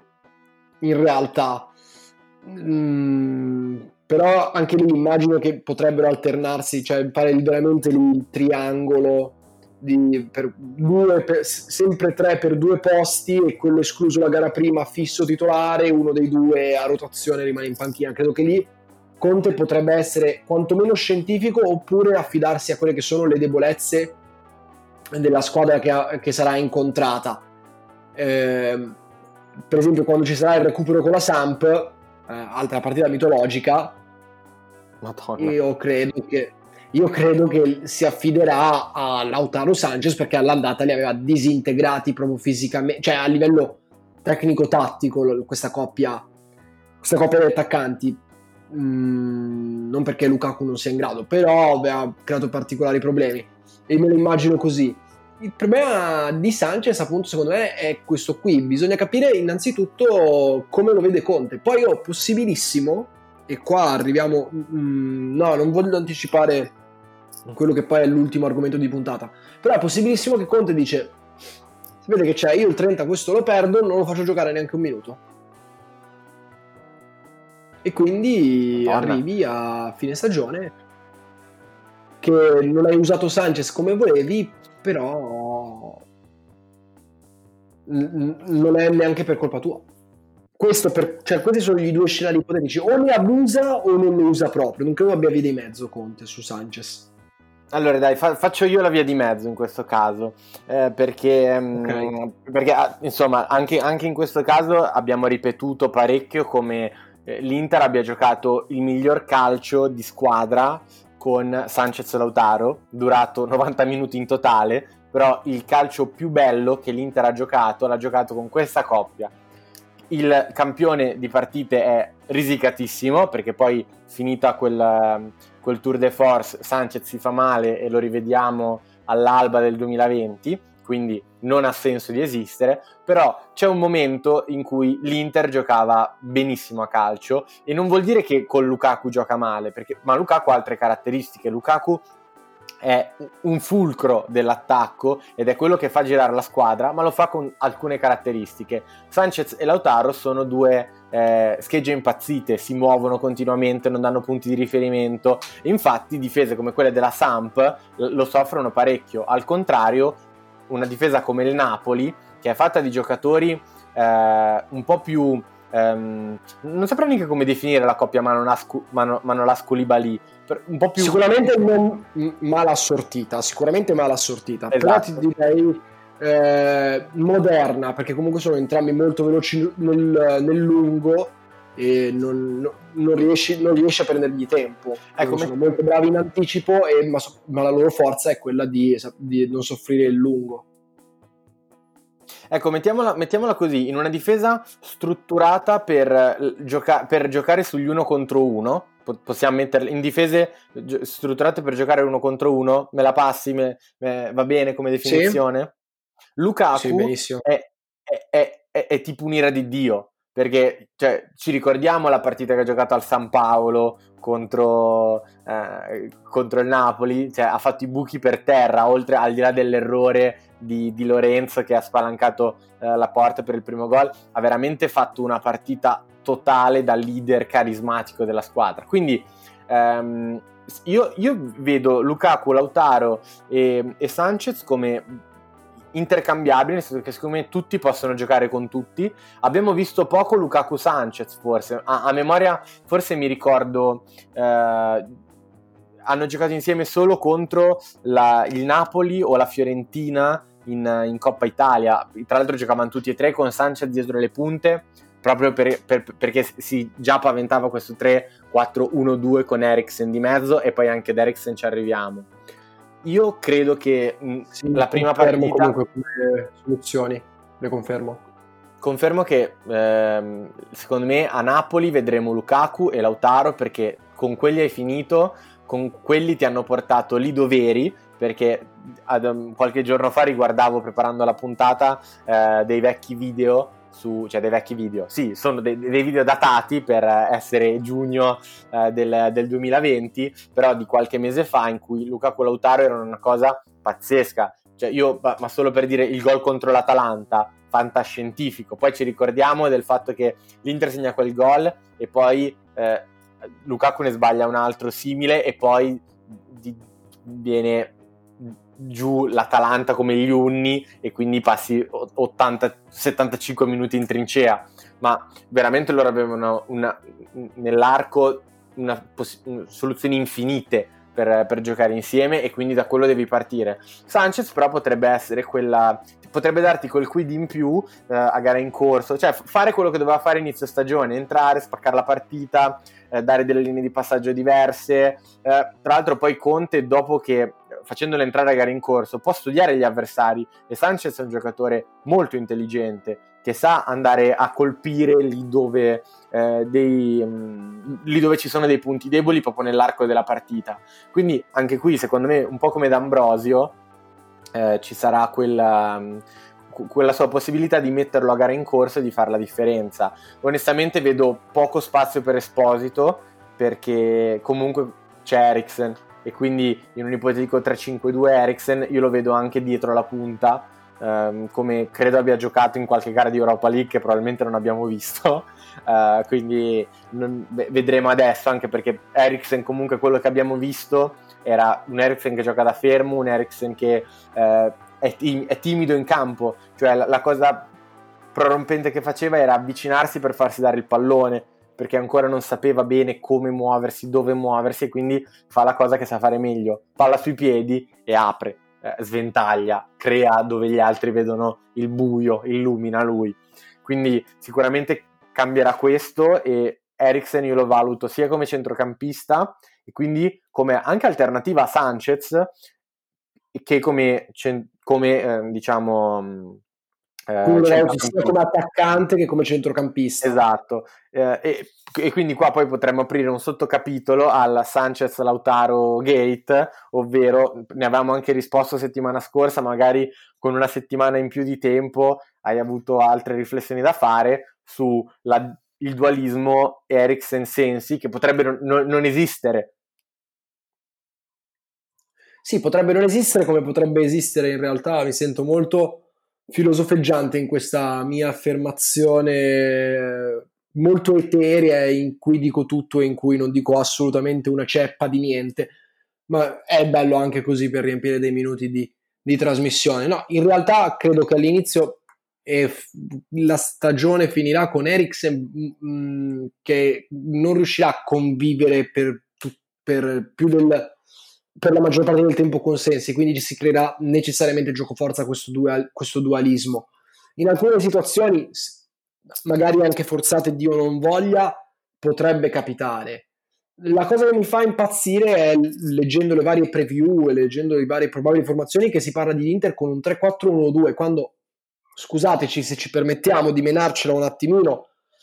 in realtà. Mm, però anche lì immagino che potrebbero alternarsi, cioè fare liberamente il triangolo di, per due, per, sempre tre per due posti, e quello escluso la gara prima fisso titolare, uno dei due a rotazione rimane in panchina. Credo che lì Conte potrebbe essere quantomeno scientifico, oppure affidarsi a quelle che sono le debolezze della squadra che, ha, che sarà incontrata. Eh, per esempio, quando ci sarà il recupero con la Samp, eh, altra partita mitologica, Madonna. io credo che io credo che si affiderà a Lautaro Sanchez, perché all'andata li aveva disintegrati proprio fisicamente, cioè a livello tecnico-tattico, questa coppia questa coppia di attaccanti. Mm, non perché Lukaku non sia in grado, però aveva creato particolari problemi, e me lo immagino così. Il problema di Sanchez, appunto, secondo me è questo qui. Bisogna capire innanzitutto come lo vede Conte. Poi ho possibilissimo, e qua arriviamo, mm, no, non voglio anticipare quello che poi è l'ultimo argomento di puntata, però è possibilissimo che Conte dice: si vede che c'è, io il trenta questo lo perdo, non lo faccio giocare neanche un minuto, e quindi Madonna. arrivi a fine stagione che non hai usato Sanchez come volevi, però n- non è neanche per colpa tua. Questo per, cioè, questi sono i due scenari ipotetici: o ne abusa o non ne usa proprio. Non credo abbia via di mezzo Conte su Sanchez. Allora dai, fa- faccio io la via di mezzo in questo caso, eh, perché, Ok. mh, perché ah, insomma anche, anche in questo caso abbiamo ripetuto parecchio come eh, l'Inter abbia giocato il miglior calcio di squadra con Sanchez e Lautaro, durato novanta minuti in totale, però il calcio più bello che l'Inter ha giocato l'ha giocato con questa coppia. Il campione di partite è risicatissimo, perché poi finita quel, quel tour de force Sanchez si fa male e lo rivediamo all'alba del duemilaventi, quindi non ha senso di esistere. Però c'è un momento in cui l'Inter giocava benissimo a calcio, e non vuol dire che con Lukaku gioca male, perché, ma Lukaku ha altre caratteristiche. Lukaku è un fulcro dell'attacco ed è quello che fa girare la squadra, ma lo fa con alcune caratteristiche. Sanchez e Lautaro sono due eh, schegge impazzite, si muovono continuamente, non danno punti di riferimento, infatti difese come quelle della Samp lo soffrono parecchio. Al contrario, una difesa come il Napoli, che è fatta di giocatori eh, un po' più Um, non saprei neanche come definire la coppia Manolascu, Mano, Manolascu-Koulibaly, un po' più Sicuramente non mala assortita, sicuramente mala assortita, esatto. Però ti direi eh, moderna, perché comunque sono entrambi molto veloci nel, nel lungo, e non, non, riesci, non riesci a prendergli tempo. Ecco, sono me... molto bravi in anticipo, e, ma, ma la loro forza è quella di, di non soffrire il lungo. Ecco, mettiamola, mettiamola così: in una difesa strutturata per, gioca- per giocare sugli uno contro uno, po- possiamo metterle in difese gi- strutturate per giocare uno contro uno, me la passi? Me, me- va bene come definizione? Sì. Lukaku sì, benissimo. È, è, è, è, è tipo un'ira di Dio, perché cioè, ci ricordiamo la partita che ha giocato al San Paolo contro, eh, contro il Napoli, cioè, ha fatto i buchi per terra, oltre al di là dell'errore di, di Lorenzo che ha spalancato eh, la porta per il primo gol, ha veramente fatto una partita totale da leader carismatico della squadra. Quindi ehm, io, io vedo Lukaku, Lautaro e, e Sanchez come intercambiabili, nel senso che secondo me tutti possono giocare con tutti. Abbiamo visto poco Lukaku Sanchez, forse a, a memoria forse mi ricordo eh, hanno giocato insieme solo contro la, il Napoli o la Fiorentina in, in Coppa Italia. Tra l'altro giocavano tutti e tre con Sanchez dietro le punte, proprio per, per, perché si già paventava questo tre quattro uno due con Eriksen di mezzo, e poi anche ad Eriksen ci arriviamo. Io credo che mh, sì, la prima confermo partita... comunque come soluzioni, le confermo. Confermo che ehm, secondo me a Napoli vedremo Lukaku e Lautaro, perché con quelli hai finito, con quelli ti hanno portato lì doveri, perché ad, um, qualche giorno fa riguardavo, preparando la puntata, eh, dei vecchi video su, cioè dei vecchi video, sì, sono dei, dei video datati per essere giugno eh, del, del duemilaventi, però di qualche mese fa, in cui Lukaku e Lautaro erano una cosa pazzesca. Cioè io, ma solo per dire, il gol contro l'Atalanta, fantascientifico. Poi ci ricordiamo del fatto che l'Inter segna quel gol e poi eh, Lukaku ne sbaglia un altro simile, e poi di, viene giù l'Atalanta come gli Unni e quindi passi ottanta settantacinque minuti in trincea, ma veramente loro avevano una, nell'arco una poss- soluzioni infinite per, per giocare insieme, e quindi da quello devi partire. Sanchez però potrebbe essere quella, potrebbe darti quel quid in più eh, a gara in corso, cioè fare quello che doveva fare inizio stagione, entrare, spaccare la partita, eh, dare delle linee di passaggio diverse. Eh, tra l'altro poi Conte, dopo che facendolo entrare a gara in corso, può studiare gli avversari, e Sanchez è un giocatore molto intelligente che sa andare a colpire lì dove, eh, dei, mh, lì dove ci sono dei punti deboli proprio nell'arco della partita. Quindi anche qui secondo me, un po' come D'Ambrosio, eh, ci sarà quella, mh, quella sua possibilità di metterlo a gara in corso e di fare la differenza. Onestamente vedo poco spazio per Esposito, perché comunque c'è Eriksen, e quindi in un ipotetico tre cinque due Eriksen io lo vedo anche dietro la punta, ehm, come credo abbia giocato in qualche gara di Europa League che probabilmente non abbiamo visto, uh, quindi non, beh, vedremo adesso, anche perché Eriksen comunque, quello che abbiamo visto era un Eriksen che gioca da fermo, un Eriksen che eh, è, tim- è timido in campo, cioè la, la cosa prorompente che faceva era avvicinarsi per farsi dare il pallone, perché ancora non sapeva bene come muoversi, dove muoversi, e quindi fa la cosa che sa fare meglio: palla sui piedi e apre, eh, sventaglia, crea dove gli altri vedono il buio, illumina lui. Quindi sicuramente cambierà questo, e Eriksen io lo valuto sia come centrocampista, e quindi come anche alternativa a Sanchez, che come, come eh, diciamo... Uh, sia come attaccante che come centrocampista. Esatto, eh, e, e quindi qua poi potremmo aprire un sottocapitolo al Sanchez Lautaro Gate, ovvero ne avevamo anche risposto settimana scorsa, magari con una settimana in più di tempo hai avuto altre riflessioni da fare su la, il dualismo Eriksen-Sensi, che potrebbe non, non esistere. Sì, potrebbe non esistere, come potrebbe esistere in realtà. Mi sento molto filosofeggiante in questa mia affermazione molto eterea, in cui dico tutto e in cui non dico assolutamente una ceppa di niente, ma è bello anche così per riempire dei minuti di, di trasmissione. No, in realtà credo che all'inizio eh, la stagione finirà con Eriksen mh, che non riuscirà a convivere per, per più del per la maggior parte del tempo con Sensi, quindi ci si creerà necessariamente gioco forza questo, dual, questo dualismo. In alcune situazioni, magari anche forzate, Dio non voglia, potrebbe capitare. La cosa che mi fa impazzire è, leggendo le varie preview e leggendo le varie probabili formazioni, che si parla di Inter con un tre quattro uno due, quando, scusateci se ci permettiamo di menarcela un attimino,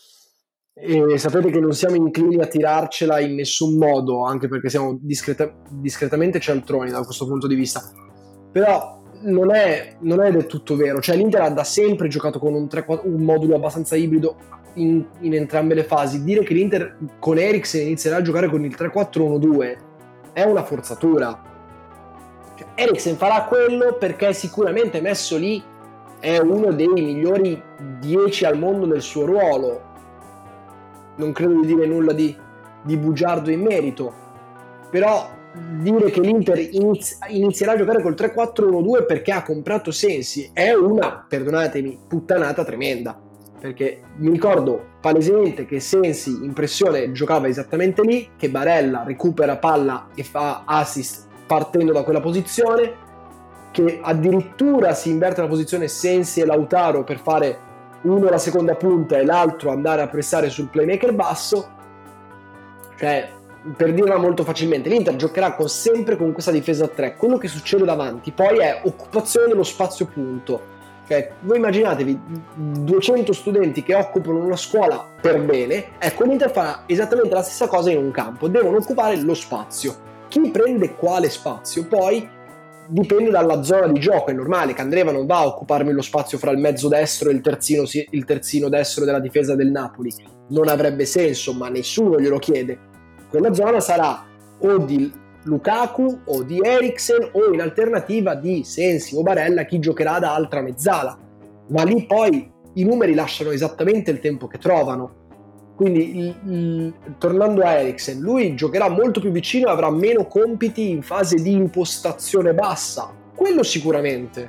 e sapete che non siamo inclini a tirarcela in nessun modo, anche perché siamo discreta- discretamente cialtroni da questo punto di vista, però non è, non è del tutto vero. Cioè l'Inter ha da sempre giocato con un, tre, un modulo abbastanza ibrido in, in entrambe le fasi. Dire che l'Inter con Eriksen inizierà a giocare con il tre quattro uno due è una forzatura. Cioè, Eriksen farà quello perché sicuramente messo lì è uno dei migliori dieci al mondo del suo ruolo. Non credo di dire nulla di, di bugiardo in merito, però dire che l'Inter inizi, inizierà a giocare col tre quattro uno due perché ha comprato Sensi è una, perdonatemi, puttanata tremenda, perché mi ricordo palesemente che Sensi in pressione giocava esattamente lì, che Barella recupera palla e fa assist partendo da quella posizione, che addirittura si inverte la posizione Sensi e Lautaro per fare uno la seconda punta e l'altro andare a pressare sul playmaker basso. Cioè, per dirla molto facilmente, l'Inter giocherà con, sempre con questa difesa a tre. Quello che succede davanti poi è occupazione dello spazio punto. Cioè, voi immaginatevi duecento studenti che occupano una scuola per bene. Ecco, l'Inter farà esattamente la stessa cosa in un campo, devono occupare lo spazio. Chi prende quale spazio poi dipende dalla zona di gioco. È normale che Candreva non va a occuparmi lo spazio fra il mezzo destro e il terzino, il terzino destro della difesa del Napoli, non avrebbe senso, ma nessuno glielo chiede. Quella zona sarà o di Lukaku o di Eriksen, o in alternativa di Sensi o Barella, chi giocherà da altra mezzala, ma lì poi i numeri lasciano esattamente il tempo che trovano. Quindi il, il, tornando a Eriksen, lui giocherà molto più vicino e avrà meno compiti in fase di impostazione bassa, quello sicuramente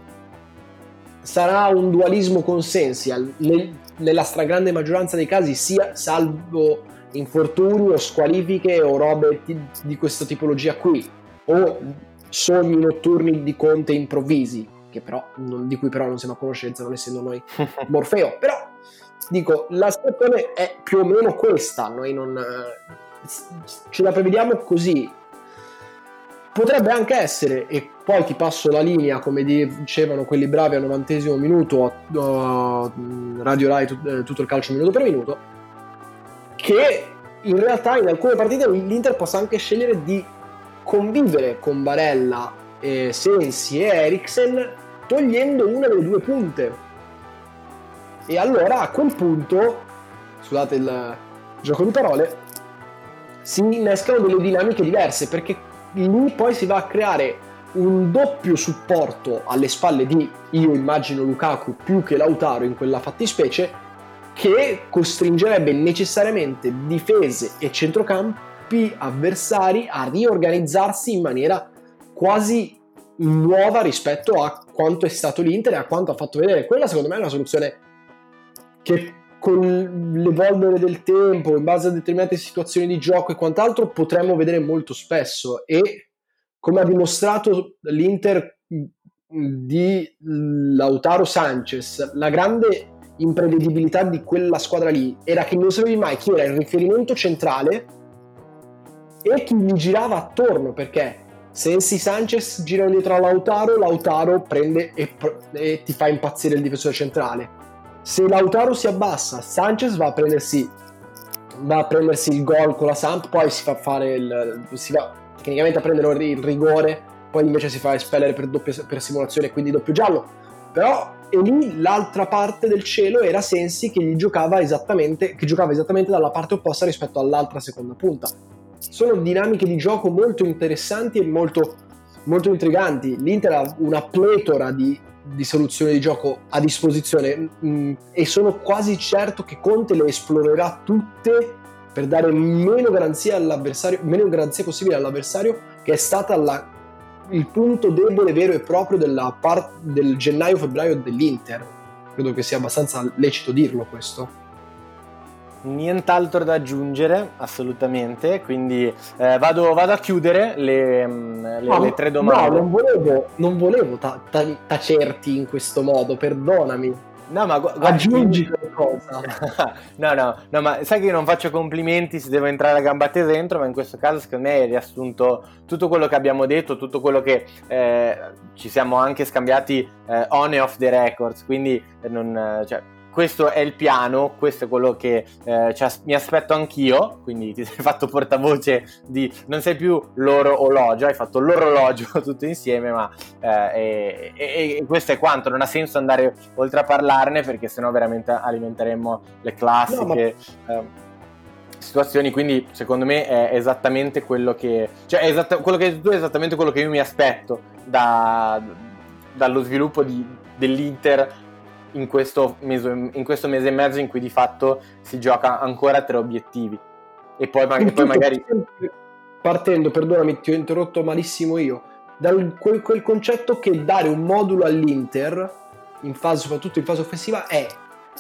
sarà un dualismo consensi nel, nella stragrande maggioranza dei casi, sia salvo infortuni o squalifiche o robe di, di questa tipologia qui, o sogni notturni di Conte improvvisi, che però non, di cui però non siamo a conoscenza, non essendo noi Morfeo. Però dico, la situazione è più o meno questa, noi non ce la prevediamo così. Potrebbe anche essere, e poi ti passo la linea, come dicevano quelli bravi al novantesimo minuto, uh, Radio Rai tut- tutto il calcio minuto per minuto, che in realtà in alcune partite l'Inter possa anche scegliere di convivere con Barella, e Sensi e Eriksen, togliendo una delle due punte. E allora a quel punto, scusate il gioco di parole, si innescano delle dinamiche diverse, perché lì poi si va a creare un doppio supporto alle spalle di, io immagino, Lukaku più che Lautaro in quella fattispecie, che costringerebbe necessariamente difese e centrocampi avversari a riorganizzarsi in maniera quasi nuova rispetto a quanto è stato l'Inter e a quanto ha fatto vedere. Quella secondo me è una soluzione che con l'evolvere del tempo, in base a determinate situazioni di gioco e quant'altro, potremmo vedere molto spesso. E come ha dimostrato l'Inter di Lautaro Sanchez, la grande imprevedibilità di quella squadra lì era che non sapevi mai chi era il riferimento centrale e chi gli girava attorno, perché Sensi, Sanchez girano dietro a Lautaro, Lautaro prende e, e ti fa impazzire il difensore centrale. Se Lautaro si abbassa, Sanchez va a prendersi va a prendersi il gol con la Samp, poi si fa fare il si va tecnicamente a prendere il rigore, poi invece si fa espellere per, doppia, per simulazione e quindi doppio giallo. Però e lì l'altra parte del cielo era Sensi che gli giocava esattamente che giocava esattamente dalla parte opposta rispetto all'altra seconda punta. Sono dinamiche di gioco molto interessanti e molto, molto intriganti. L'Inter ha una pletora di, di soluzioni di gioco a disposizione mh, e sono quasi certo che Conte le esplorerà tutte per dare meno garanzia all'avversario, meno garanzia possibile all'avversario, che è stata la, il punto debole vero e proprio della part, del gennaio-febbraio dell'Inter. Credo che sia abbastanza lecito dirlo questo. Nient'altro da aggiungere, assolutamente, quindi eh, vado, vado a chiudere le, le, no, le tre domande. No, non volevo, non volevo ta- ta- tacerti in questo modo, perdonami. No, ma gu- guarda, aggiungi io... qualcosa. no, no, no, ma sai che io non faccio complimenti se devo entrare a gamba tesa dentro, ma in questo caso secondo me hai riassunto tutto quello che abbiamo detto, tutto quello che eh, ci siamo anche scambiati eh, on e off the records, quindi eh, non... Eh, cioè, questo è il piano, questo è quello che eh, as- mi aspetto anch'io, quindi ti sei fatto portavoce di, non sei più l'orologio, hai fatto l'orologio tutto insieme, ma eh, e, e, e questo è quanto, non ha senso andare oltre a parlarne perché sennò veramente alimenteremmo le classiche no, ma... eh, situazioni, quindi secondo me è esattamente quello che, cioè è esatta- quello che hai detto tu è esattamente quello che io mi aspetto da, dallo sviluppo di, dell'Inter in questo, mese, in questo mese e mezzo in cui di fatto si gioca ancora tre obiettivi e poi, ma- e poi magari partendo, perdonami ti ho interrotto malissimo io, da quel, quel concetto che dare un modulo all'Inter in fase, soprattutto in fase offensiva, è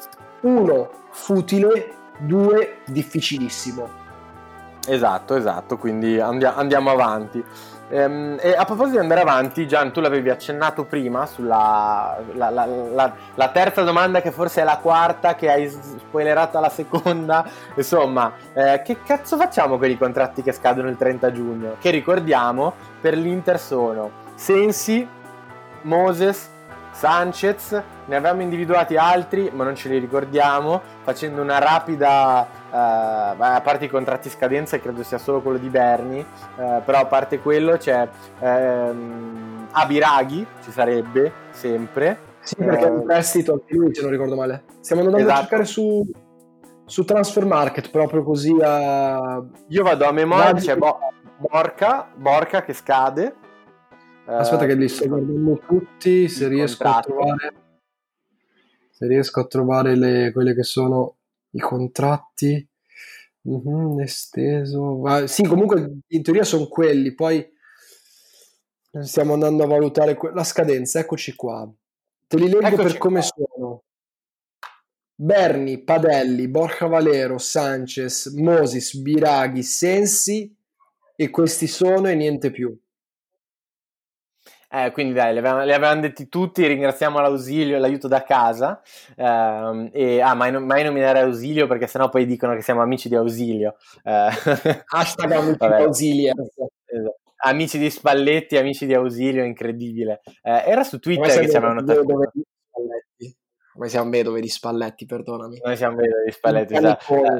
uno futile, due difficilissimo. Esatto, esatto, quindi andia- andiamo avanti. Ehm, e a proposito di andare avanti, Gian, tu l'avevi accennato prima sulla la, la, la, la terza domanda, che forse è la quarta, che hai spoilerato la seconda. Insomma, eh, che cazzo facciamo con i contratti che scadono il trenta giugno? Che ricordiamo, per l'Inter sono Sensi, Moses, Sanchez, ne avevamo individuati altri ma non ce li ricordiamo, facendo una rapida uh, a parte i contratti scadenza, credo sia solo quello di Berni, uh, però a parte quello c'è um, Abiraghi, ci sarebbe sempre, sì, perché è un prestito anche lui, se non ricordo male. Stiamo andando esatto. a cercare su su Transfer Market, proprio così a... io vado a memoria, c'è Bo- Borca Borca che scade. Aspetta che li sto guardando tutti, se riesco contratto. a trovare se riesco a trovare le, quelle che sono i contratti mm-hmm, esteso. Ah, sì, comunque in teoria sono quelli, poi Stiamo andando a valutare que- la scadenza, eccoci qua. Te li leggo Eccoci per come qua. sono. Berni, Padelli, Borja Valero, Sanchez, Moses, Biraghi, Sensi, e questi sono e niente più. Eh, quindi dai, li avevamo, li avevamo detti tutti, ringraziamo l'ausilio e l'aiuto da casa. Ehm, e, ah, mai, mai nominare Ausilio perché sennò poi dicono che siamo amici di Ausilio. Eh, Hashtag amici vabbè. ausiliers. Esatto. Amici di Spalletti, amici di Ausilio, incredibile. Eh, era su Come Twitter che siamo ci avevano vedove taggato. di Spalletti? Come siamo vedove di Spalletti, perdonami. Noi siamo vedovi di Il Spalletti, esatto. panicone. Eh,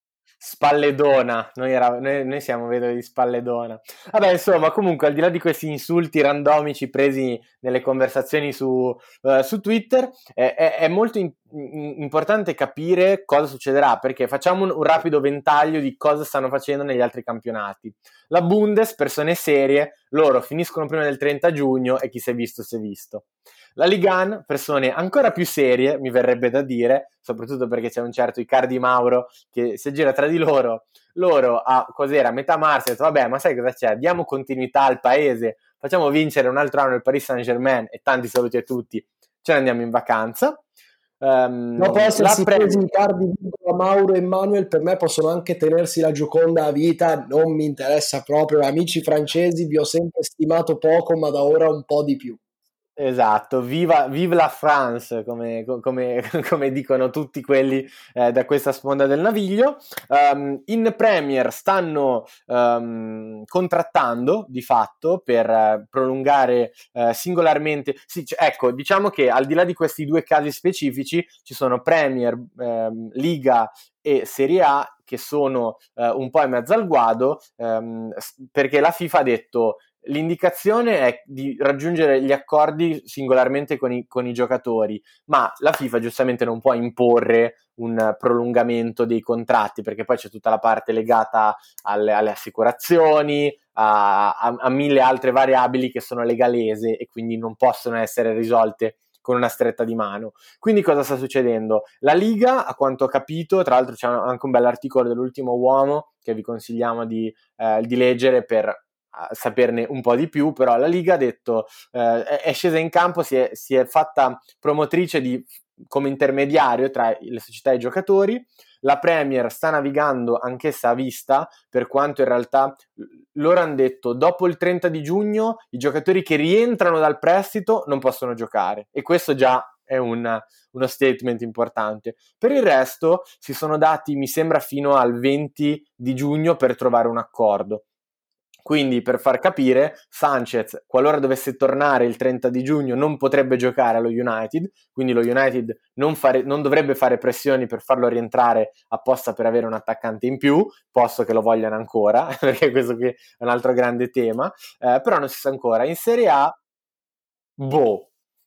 Spalledona, noi, era, noi, noi siamo vedovi di Spalledona. Vabbè, insomma, comunque, al di là di questi insulti randomici presi nelle conversazioni su, uh, su Twitter, eh, è, è molto in, in, importante capire cosa succederà, perché facciamo un, un rapido ventaglio di cosa stanno facendo negli altri campionati. La Bundes, persone serie, loro finiscono prima del trenta giugno e chi si è visto si è visto. La Ligue uno, persone ancora più serie, mi verrebbe da dire, soprattutto perché c'è un certo Icardi Mauro che si aggira tra di loro, loro a cos'era, a metà marzo, hanno detto vabbè, ma sai cosa c'è? Diamo continuità al paese, facciamo vincere un altro anno il Paris Saint-Germain e tanti saluti a tutti, ce ne andiamo in vacanza. Um, Dopo essersi pre- presi Icardi, Mauro e Manuel, per me possono anche tenersi la Gioconda a vita, non mi interessa proprio. Amici francesi, vi ho sempre stimato poco, ma da ora un po' di più. Esatto, viva, vive la France, come, come, come dicono tutti quelli eh, da questa sponda del naviglio. Um, in Premier stanno um, contrattando di fatto per uh, prolungare uh, singolarmente. Sì, c- ecco, diciamo che al di là di questi due casi specifici ci sono Premier, um, Liga e Serie A che sono uh, un po' in mezzo al guado, um, perché la FIFA ha detto l'indicazione è di raggiungere gli accordi singolarmente con i, con i giocatori, ma la FIFA giustamente non può imporre un prolungamento dei contratti, perché poi c'è tutta la parte legata alle, alle assicurazioni, a, a, a mille altre variabili che sono legalese e quindi non possono essere risolte con una stretta di mano. Quindi cosa sta succedendo? La Liga, a quanto ho capito, tra l'altro c'è anche un bell'articolo dell'Ultimo Uomo che vi consigliamo di, eh, di leggere per a saperne un po' di più, però la Liga ha detto, eh, è scesa in campo, si è, si è fatta promotrice di, come intermediario tra le società e i giocatori. La Premier sta navigando anch'essa a vista, per quanto in realtà loro hanno detto dopo il trenta di giugno i giocatori che rientrano dal prestito non possono giocare, e questo già è un, uno statement importante. Per il resto si sono dati, mi sembra, fino al venti di giugno per trovare un accordo. Quindi, per far capire, Sanchez, qualora dovesse tornare il trenta di giugno, non potrebbe giocare allo United, quindi lo United non, fare, non dovrebbe fare pressioni per farlo rientrare apposta per avere un attaccante in più, posto che lo vogliano ancora, perché questo qui è un altro grande tema, eh, però non si sa ancora. In Serie A, boh.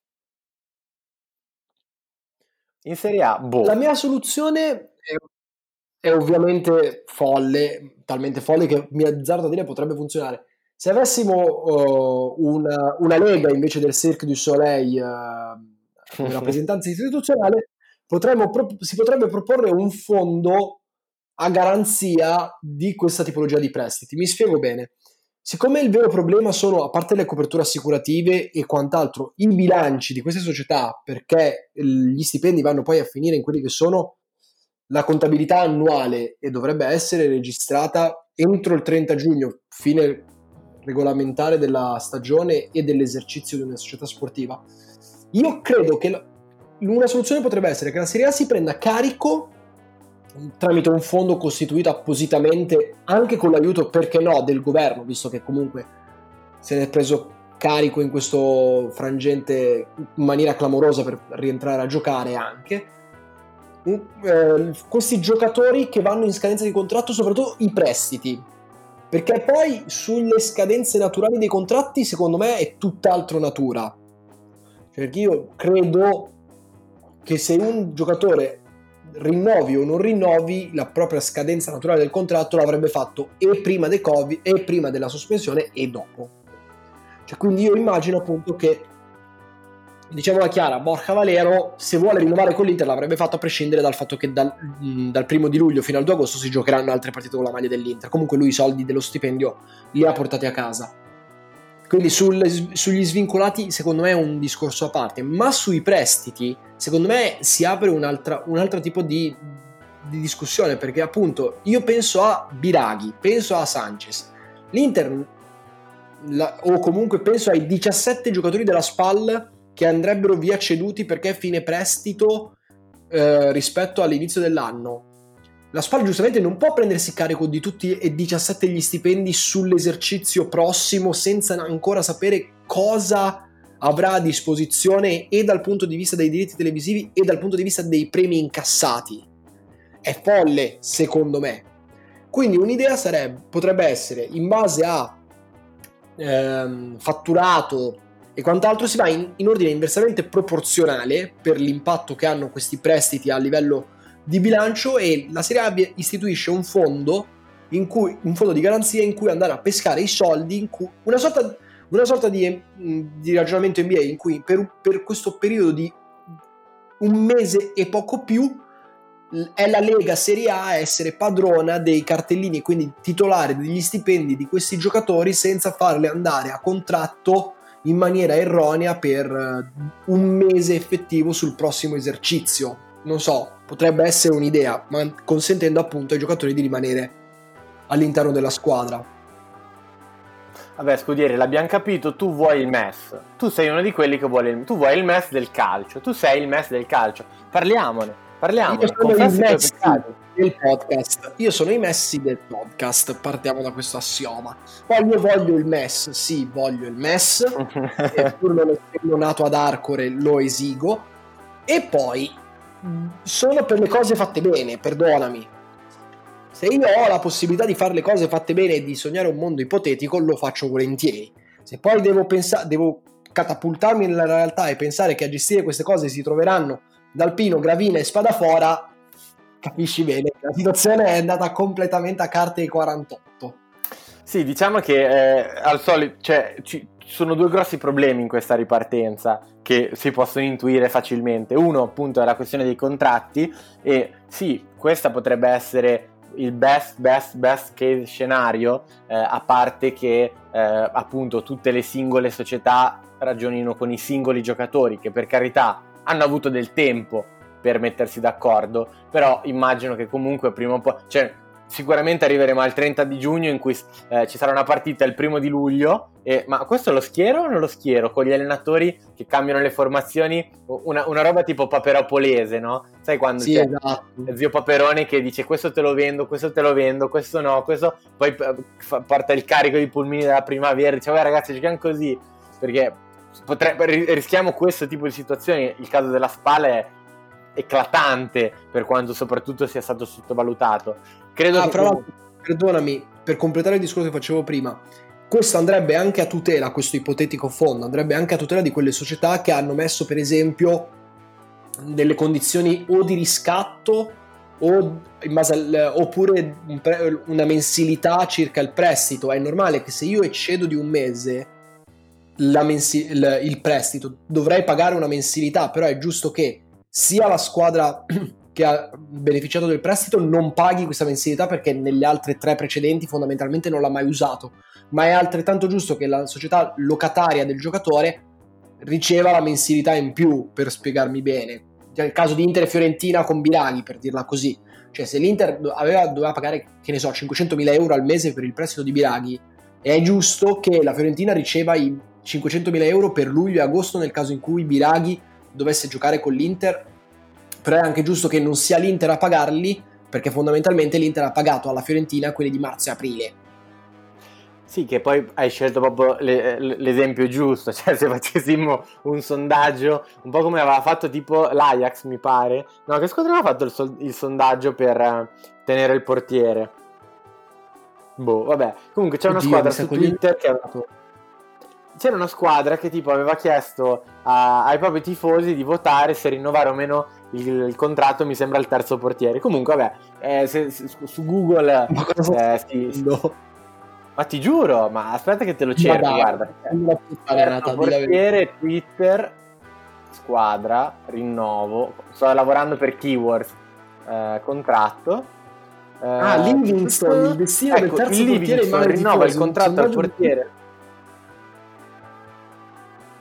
In Serie A, boh. La mia soluzione è, è ovviamente folle, talmente folle che mi azzardo a dire potrebbe funzionare. Se avessimo uh, una, una lega invece del Cirque du Soleil uh, come rappresentanza istituzionale, potremmo pro- si potrebbe proporre un fondo a garanzia di questa tipologia di prestiti. Mi spiego bene. Siccome il vero problema sono, a parte le coperture assicurative e quant'altro, i bilanci di queste società, perché gli stipendi vanno poi a finire in quelli che sono la contabilità annuale e dovrebbe essere registrata entro il trenta giugno, fine regolamentare della stagione e dell'esercizio di una società sportiva, io credo che la, una soluzione potrebbe essere che la Serie A si prenda carico tramite un fondo costituito appositamente anche con l'aiuto, perché no, del governo, visto che comunque se ne è preso carico in questo frangente in maniera clamorosa per rientrare a giocare anche eh, questi giocatori che vanno in scadenza di contratto, soprattutto i prestiti, perché poi sulle scadenze naturali dei contratti secondo me è tutt'altro natura, perché io credo che se un giocatore rinnovi o non rinnovi la propria scadenza naturale del contratto l'avrebbe fatto e prima del Covid e prima della sospensione e dopo, cioè, quindi io immagino appunto che, diciamola chiara, Borja Valero se vuole rinnovare con l'Inter l'avrebbe fatto a prescindere dal fatto che dal, dal primo di luglio fino al due agosto si giocheranno altre partite con la maglia dell'Inter. Comunque lui i soldi dello stipendio li ha portati a casa. Quindi sul, sugli svincolati secondo me è un discorso a parte, ma sui prestiti secondo me si apre un'altra, un altro tipo di, di discussione, perché appunto io penso a Biraghi, penso a Sanchez, l'Inter la, o comunque penso ai diciassette giocatori della Spal che andrebbero via ceduti perché fine prestito eh, rispetto all'inizio dell'anno. La Spal giustamente non può prendersi carico di tutti e diciassette gli stipendi sull'esercizio prossimo senza ancora sapere cosa avrà a disposizione e dal punto di vista dei diritti televisivi e dal punto di vista dei premi incassati. È folle, secondo me. Quindi un'idea sarebbe, potrebbe essere, in base a ehm, fatturato e quant'altro, si va in, in ordine inversamente proporzionale per l'impatto che hanno questi prestiti a livello di bilancio, e la Serie A istituisce un fondo in cui un fondo di garanzia in cui andare a pescare i soldi, in cui una sorta, una sorta di, di ragionamento N B A in cui per, per questo periodo di un mese e poco più è la Lega Serie A a essere padrona dei cartellini e quindi titolare degli stipendi di questi giocatori senza farli andare a contratto in maniera erronea per un mese effettivo sul prossimo esercizio. Non so, potrebbe essere un'idea, ma consentendo appunto ai giocatori di rimanere all'interno della squadra. Vabbè, Scudiere, l'abbiamo capito, tu vuoi il M E S, tu sei uno di quelli che vuole il... tu vuoi il M E S del calcio, tu sei il M E S del calcio, parliamone, parliamone, io sono confessi i Messi peccati del podcast, io sono i Messi del podcast, partiamo da questo assioma. Poi io voglio il M E S, sì, voglio il M E S, e pur non essendo nato ad Arcore lo esigo, e poi sono per le cose fatte bene, perdonami. Se io ho la possibilità di fare le cose fatte bene e di sognare un mondo ipotetico, lo faccio volentieri. Se poi devo pensare, devo catapultarmi nella realtà e pensare che a gestire queste cose si troveranno D'Alpino, Gravina e Spadafora, capisci bene, la situazione è andata completamente a carte e quarantotto. Sì, diciamo che eh, al solito, cioè, ci sono due grossi problemi in questa ripartenza che si possono intuire facilmente. Uno, appunto, è la questione dei contratti, e sì, questa potrebbe essere il best, best, best case scenario, eh, a parte che eh, appunto tutte le singole società ragionino con i singoli giocatori, che per carità hanno avuto del tempo per mettersi d'accordo, però immagino che comunque prima o poi, cioè sicuramente arriveremo al trenta di giugno in cui eh, ci sarà una partita il primo di luglio, e, ma questo lo schiero o non lo schiero? Con gli allenatori che cambiano le formazioni, una, una roba tipo Paperopolese, no? Sai quando sì, c'è esatto. zio Paperone che dice questo te lo vendo, questo te lo vendo, questo no, questo poi fa, porta il carico di pulmini della primavera, dice vabbè ragazzi giochiamo così, perché potrebbe, rischiamo questo tipo di situazioni. Il caso della Spal è eclatante per quanto soprattutto sia stato sottovalutato. Credo ah, che fra l'altro, perdonami, per completare il discorso che facevo prima, questo andrebbe anche a tutela, questo ipotetico fondo andrebbe anche a tutela di quelle società che hanno messo per esempio delle condizioni o di riscatto o in base al, oppure un pre, una mensilità circa il prestito. È normale che se io eccedo di un mese la mensi, il, il prestito dovrei pagare una mensilità, però è giusto che sia la squadra che ha beneficiato del prestito non paghi questa mensilità, perché nelle altre tre precedenti fondamentalmente non l'ha mai usato, ma è altrettanto giusto che la società locataria del giocatore riceva la mensilità in più, per spiegarmi bene. Nel caso di Inter e Fiorentina con Biraghi, per dirla così, cioè se l'Inter aveva, doveva pagare, che ne so, cinquecentomila euro al mese per il prestito di Biraghi, è giusto che la Fiorentina riceva i cinquecentomila euro per luglio e agosto nel caso in cui Biraghi dovesse giocare con l'Inter, però è anche giusto che non sia l'Inter a pagarli, perché fondamentalmente l'Inter ha pagato alla Fiorentina quelli di marzo e aprile. Sì, che poi hai scelto proprio le, l'esempio giusto, cioè se facessimo un sondaggio, un po' come aveva fatto tipo l'Ajax mi pare, no, che squadra aveva fatto il, so- il sondaggio per uh, tenere il portiere? Boh, vabbè, comunque c'è una Oddio, squadra su Twitter che aveva... c'era una squadra che tipo aveva chiesto a, ai propri tifosi di votare se rinnovare o meno il, il contratto, mi sembra, il terzo portiere. Comunque vabbè, eh, se, se, su Google eh, sì, no. Ma ti giuro, ma aspetta che te lo cerco, guarda. Terzo portiere, Twitter, squadra, rinnovo, sto lavorando per keywords, eh, contratto. Eh, ah, Livingston, il destino ecco, del terzo il portiere in mano rinnova il tifosi, contratto al portiere.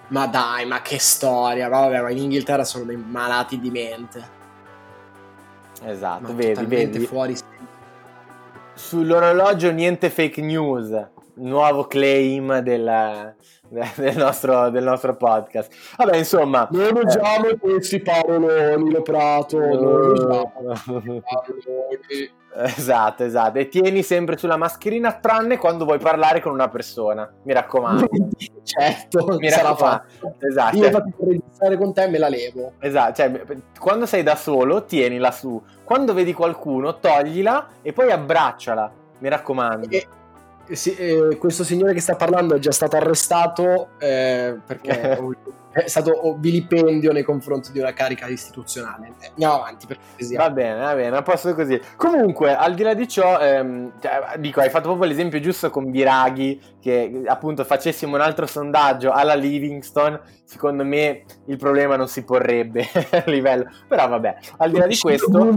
Ma dai, ma che storia, vabbè, ma in Inghilterra sono dei malati di mente. Esatto, Ma vedi, totalmente vedi. fuori. Sull'orologio niente fake news, nuovo claim del, del, nostro, del nostro podcast. Vabbè, insomma... Non usiamo eh, questi paroloni, Lo Prato, non usiamo no. paroloni. Esatto, esatto. E tieni sempre sulla mascherina, tranne quando vuoi parlare con una persona. Mi raccomando. Certo, Mi sarà raccomando. fatto. Esatto. Io infatti per registrare con te me la levo. Esatto, cioè, quando sei da solo, tienila su. Quando vedi qualcuno, toglila e poi abbracciala. Mi raccomando. E, sì, eh, questo signore che sta parlando è già stato arrestato eh, perché è stato vilipendio nei confronti di una carica istituzionale. Andiamo avanti, per cortesia. Va bene, va bene, a posto così. Comunque, al di là di ciò, ehm, cioè, dico, hai fatto proprio l'esempio giusto con Biraghi, che appunto facessimo un altro sondaggio alla Livingston, secondo me il problema non si porrebbe a livello. Però vabbè, al di là di questo,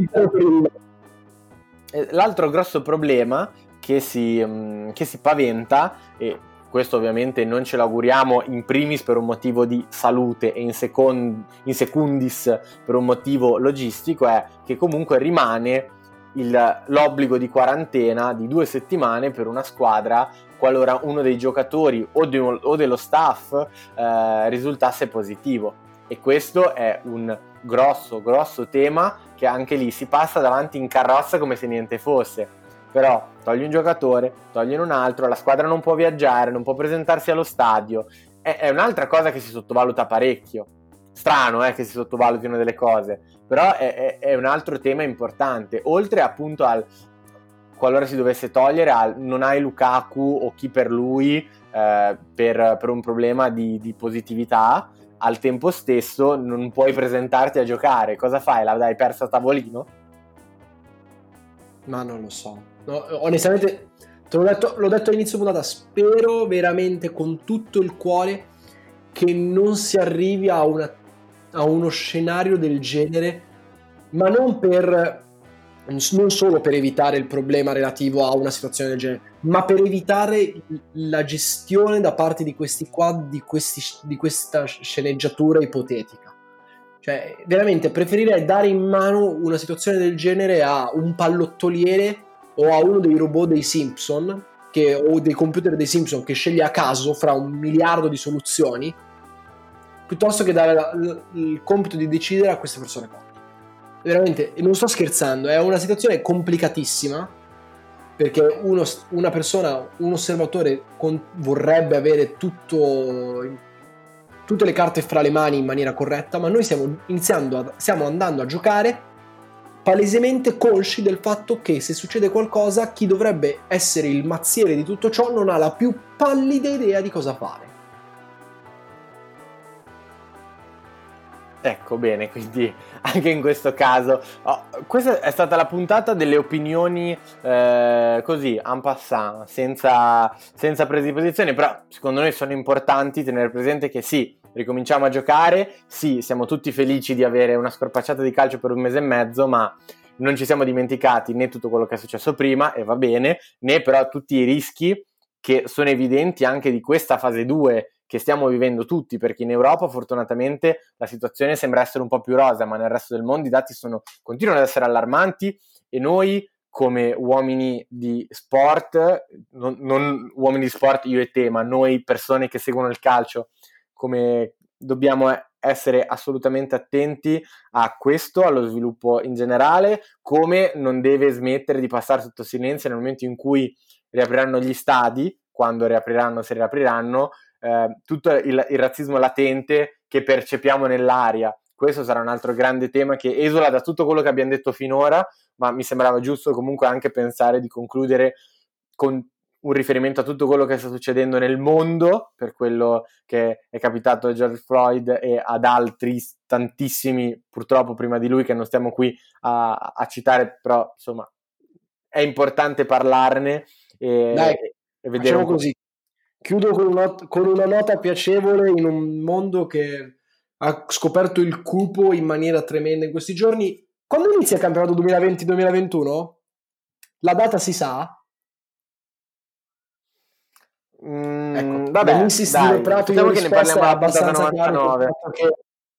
eh, l'altro grosso problema che si, mh, che si paventa, e questo ovviamente non ce l'auguriamo in primis per un motivo di salute e in, second, in secundis per un motivo logistico, è che comunque rimane il, l'obbligo di quarantena di due settimane per una squadra qualora uno dei giocatori o, di, o dello staff eh, risultasse positivo. E questo è un grosso, grosso tema che anche lì si passa davanti in carrozza come se niente fosse. Però togli un giocatore, togli un altro, la squadra non può viaggiare, non può presentarsi allo stadio. È, è un'altra cosa che si sottovaluta parecchio. Strano eh, che si sottovalutino delle cose, però è, è, è un altro tema importante. Oltre appunto al, qualora si dovesse togliere, al non hai Lukaku o chi per lui eh, per, per un problema di, di positività, al tempo stesso non puoi presentarti a giocare. Cosa fai? La dai persa a tavolino? Ma non lo so. No, onestamente, te l'ho detto, l'ho detto all'inizio puntata, spero veramente con tutto il cuore che non si arrivi a, una, a uno scenario del genere, ma non per non solo per evitare il problema relativo a una situazione del genere, ma per evitare la gestione da parte di questi qua di, questi, di questa sceneggiatura ipotetica. Cioè, veramente preferirei dare in mano una situazione del genere a un pallottoliere o a uno dei robot dei Simpson che, o dei computer dei Simpson che sceglie a caso fra un miliardo di soluzioni, piuttosto che dare la, l, il compito di decidere a queste persone qua. Veramente, non sto scherzando, è una situazione complicatissima perché uno, una persona, un osservatore con, vorrebbe avere tutto, tutte le carte fra le mani in maniera corretta, ma noi stiamo iniziando a, stiamo andando a giocare palesemente consci del fatto che se succede qualcosa chi dovrebbe essere il mazziere di tutto ciò non ha la più pallida idea di cosa fare. Ecco, bene, quindi anche in questo caso oh, questa è stata la puntata delle opinioni eh, così en passant, senza, senza prese di posizione, però secondo noi sono importanti tenere presente che sì, ricominciamo a giocare, sì, siamo tutti felici di avere una scorpacciata di calcio per un mese e mezzo, ma non ci siamo dimenticati né tutto quello che è successo prima, e va bene, né però tutti i rischi che sono evidenti anche di questa fase due che stiamo vivendo tutti, perché in Europa fortunatamente la situazione sembra essere un po' più rosa, ma nel resto del mondo i dati sono, continuano ad essere allarmanti, e noi come uomini di sport, non, non uomini di sport io e te, ma noi persone che seguono il calcio, come dobbiamo essere assolutamente attenti a questo, allo sviluppo in generale, come non deve smettere di passare sotto silenzio nel momento in cui riapriranno gli stadi, quando riapriranno, se riapriranno, eh, tutto il, il razzismo latente che percepiamo nell'aria. Questo sarà un altro grande tema che esula da tutto quello che abbiamo detto finora, ma mi sembrava giusto comunque anche pensare di concludere con un riferimento a tutto quello che sta succedendo nel mondo, per quello che è capitato a George Floyd e ad altri tantissimi purtroppo prima di lui che non stiamo qui a, a citare, però insomma è importante parlarne e, Dai, e vedere un po'. Così. Chiudo con una, con una nota piacevole in un mondo che ha scoperto il cupo in maniera tremenda in questi giorni. Quando inizia il campionato duemilaventi duemilaventuno? La data si sa? Mm, Ecco, vabbè, benissimo, dai, facciamo che ne parliamo alla puntata novantanove. Che...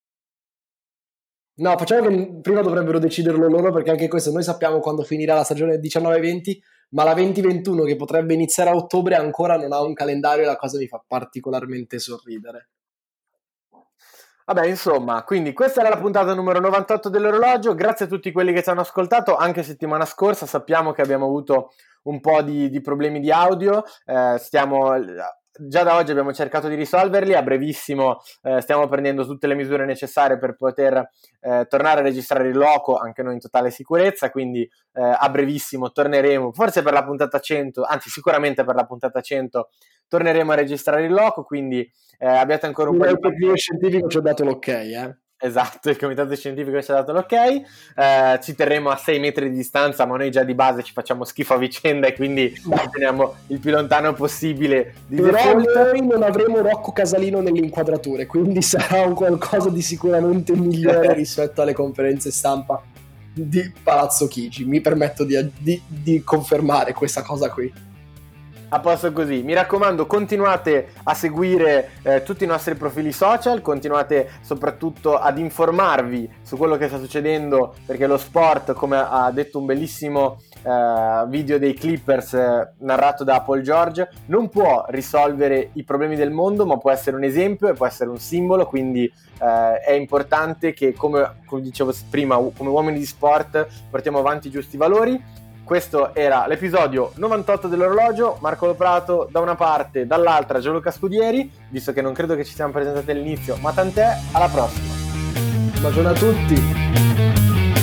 No, facciamo che prima dovrebbero deciderlo loro, perché anche questo, noi sappiamo quando finirà la stagione diciannove venti, ma la venti ventuno, che potrebbe iniziare a ottobre, ancora non ha un calendario e la cosa mi fa particolarmente sorridere. Vabbè, insomma, quindi questa era la puntata numero novantotto dell'orologio. Grazie a tutti quelli che ci hanno ascoltato. Anche settimana scorsa sappiamo che abbiamo avuto un po' di, di problemi di audio. Eh, stiamo... Già da oggi abbiamo cercato di risolverli, a brevissimo eh, stiamo prendendo tutte le misure necessarie per poter eh, tornare a registrare il loco, anche noi in totale sicurezza, quindi eh, a brevissimo torneremo, forse per la puntata cento, anzi sicuramente per la puntata cento torneremo a registrare il loco, quindi eh, abbiate ancora un po' di... Il tecnico scientifico ci ha dato l'ok, eh? Esatto, il comitato scientifico ci ha dato l'ok, eh, ci terremo a sei metri di distanza, ma noi già di base ci facciamo schifo a vicenda e quindi ci teniamo il più lontano possibile di Però default. noi non avremo Rocco Casalino nelle inquadrature, quindi sarà un qualcosa di sicuramente migliore rispetto alle conferenze stampa di Palazzo Chigi. Mi permetto di, di, di confermare questa cosa qui. A posto così, mi raccomando, continuate a seguire eh, tutti i nostri profili social, continuate soprattutto ad informarvi su quello che sta succedendo, perché lo sport, come ha detto un bellissimo eh, video dei Clippers eh, narrato da Paul George, non può risolvere i problemi del mondo, ma può essere un esempio e può essere un simbolo, quindi eh, è importante che, come, come dicevo prima, come uomini di sport portiamo avanti i giusti valori. Questo era l'episodio novantotto dell'orologio. Marco Loprato da una parte, dall'altra Gianluca Scudieri, visto che non credo che ci siamo presentati all'inizio, ma tant'è, alla prossima. Un bacione a tutti.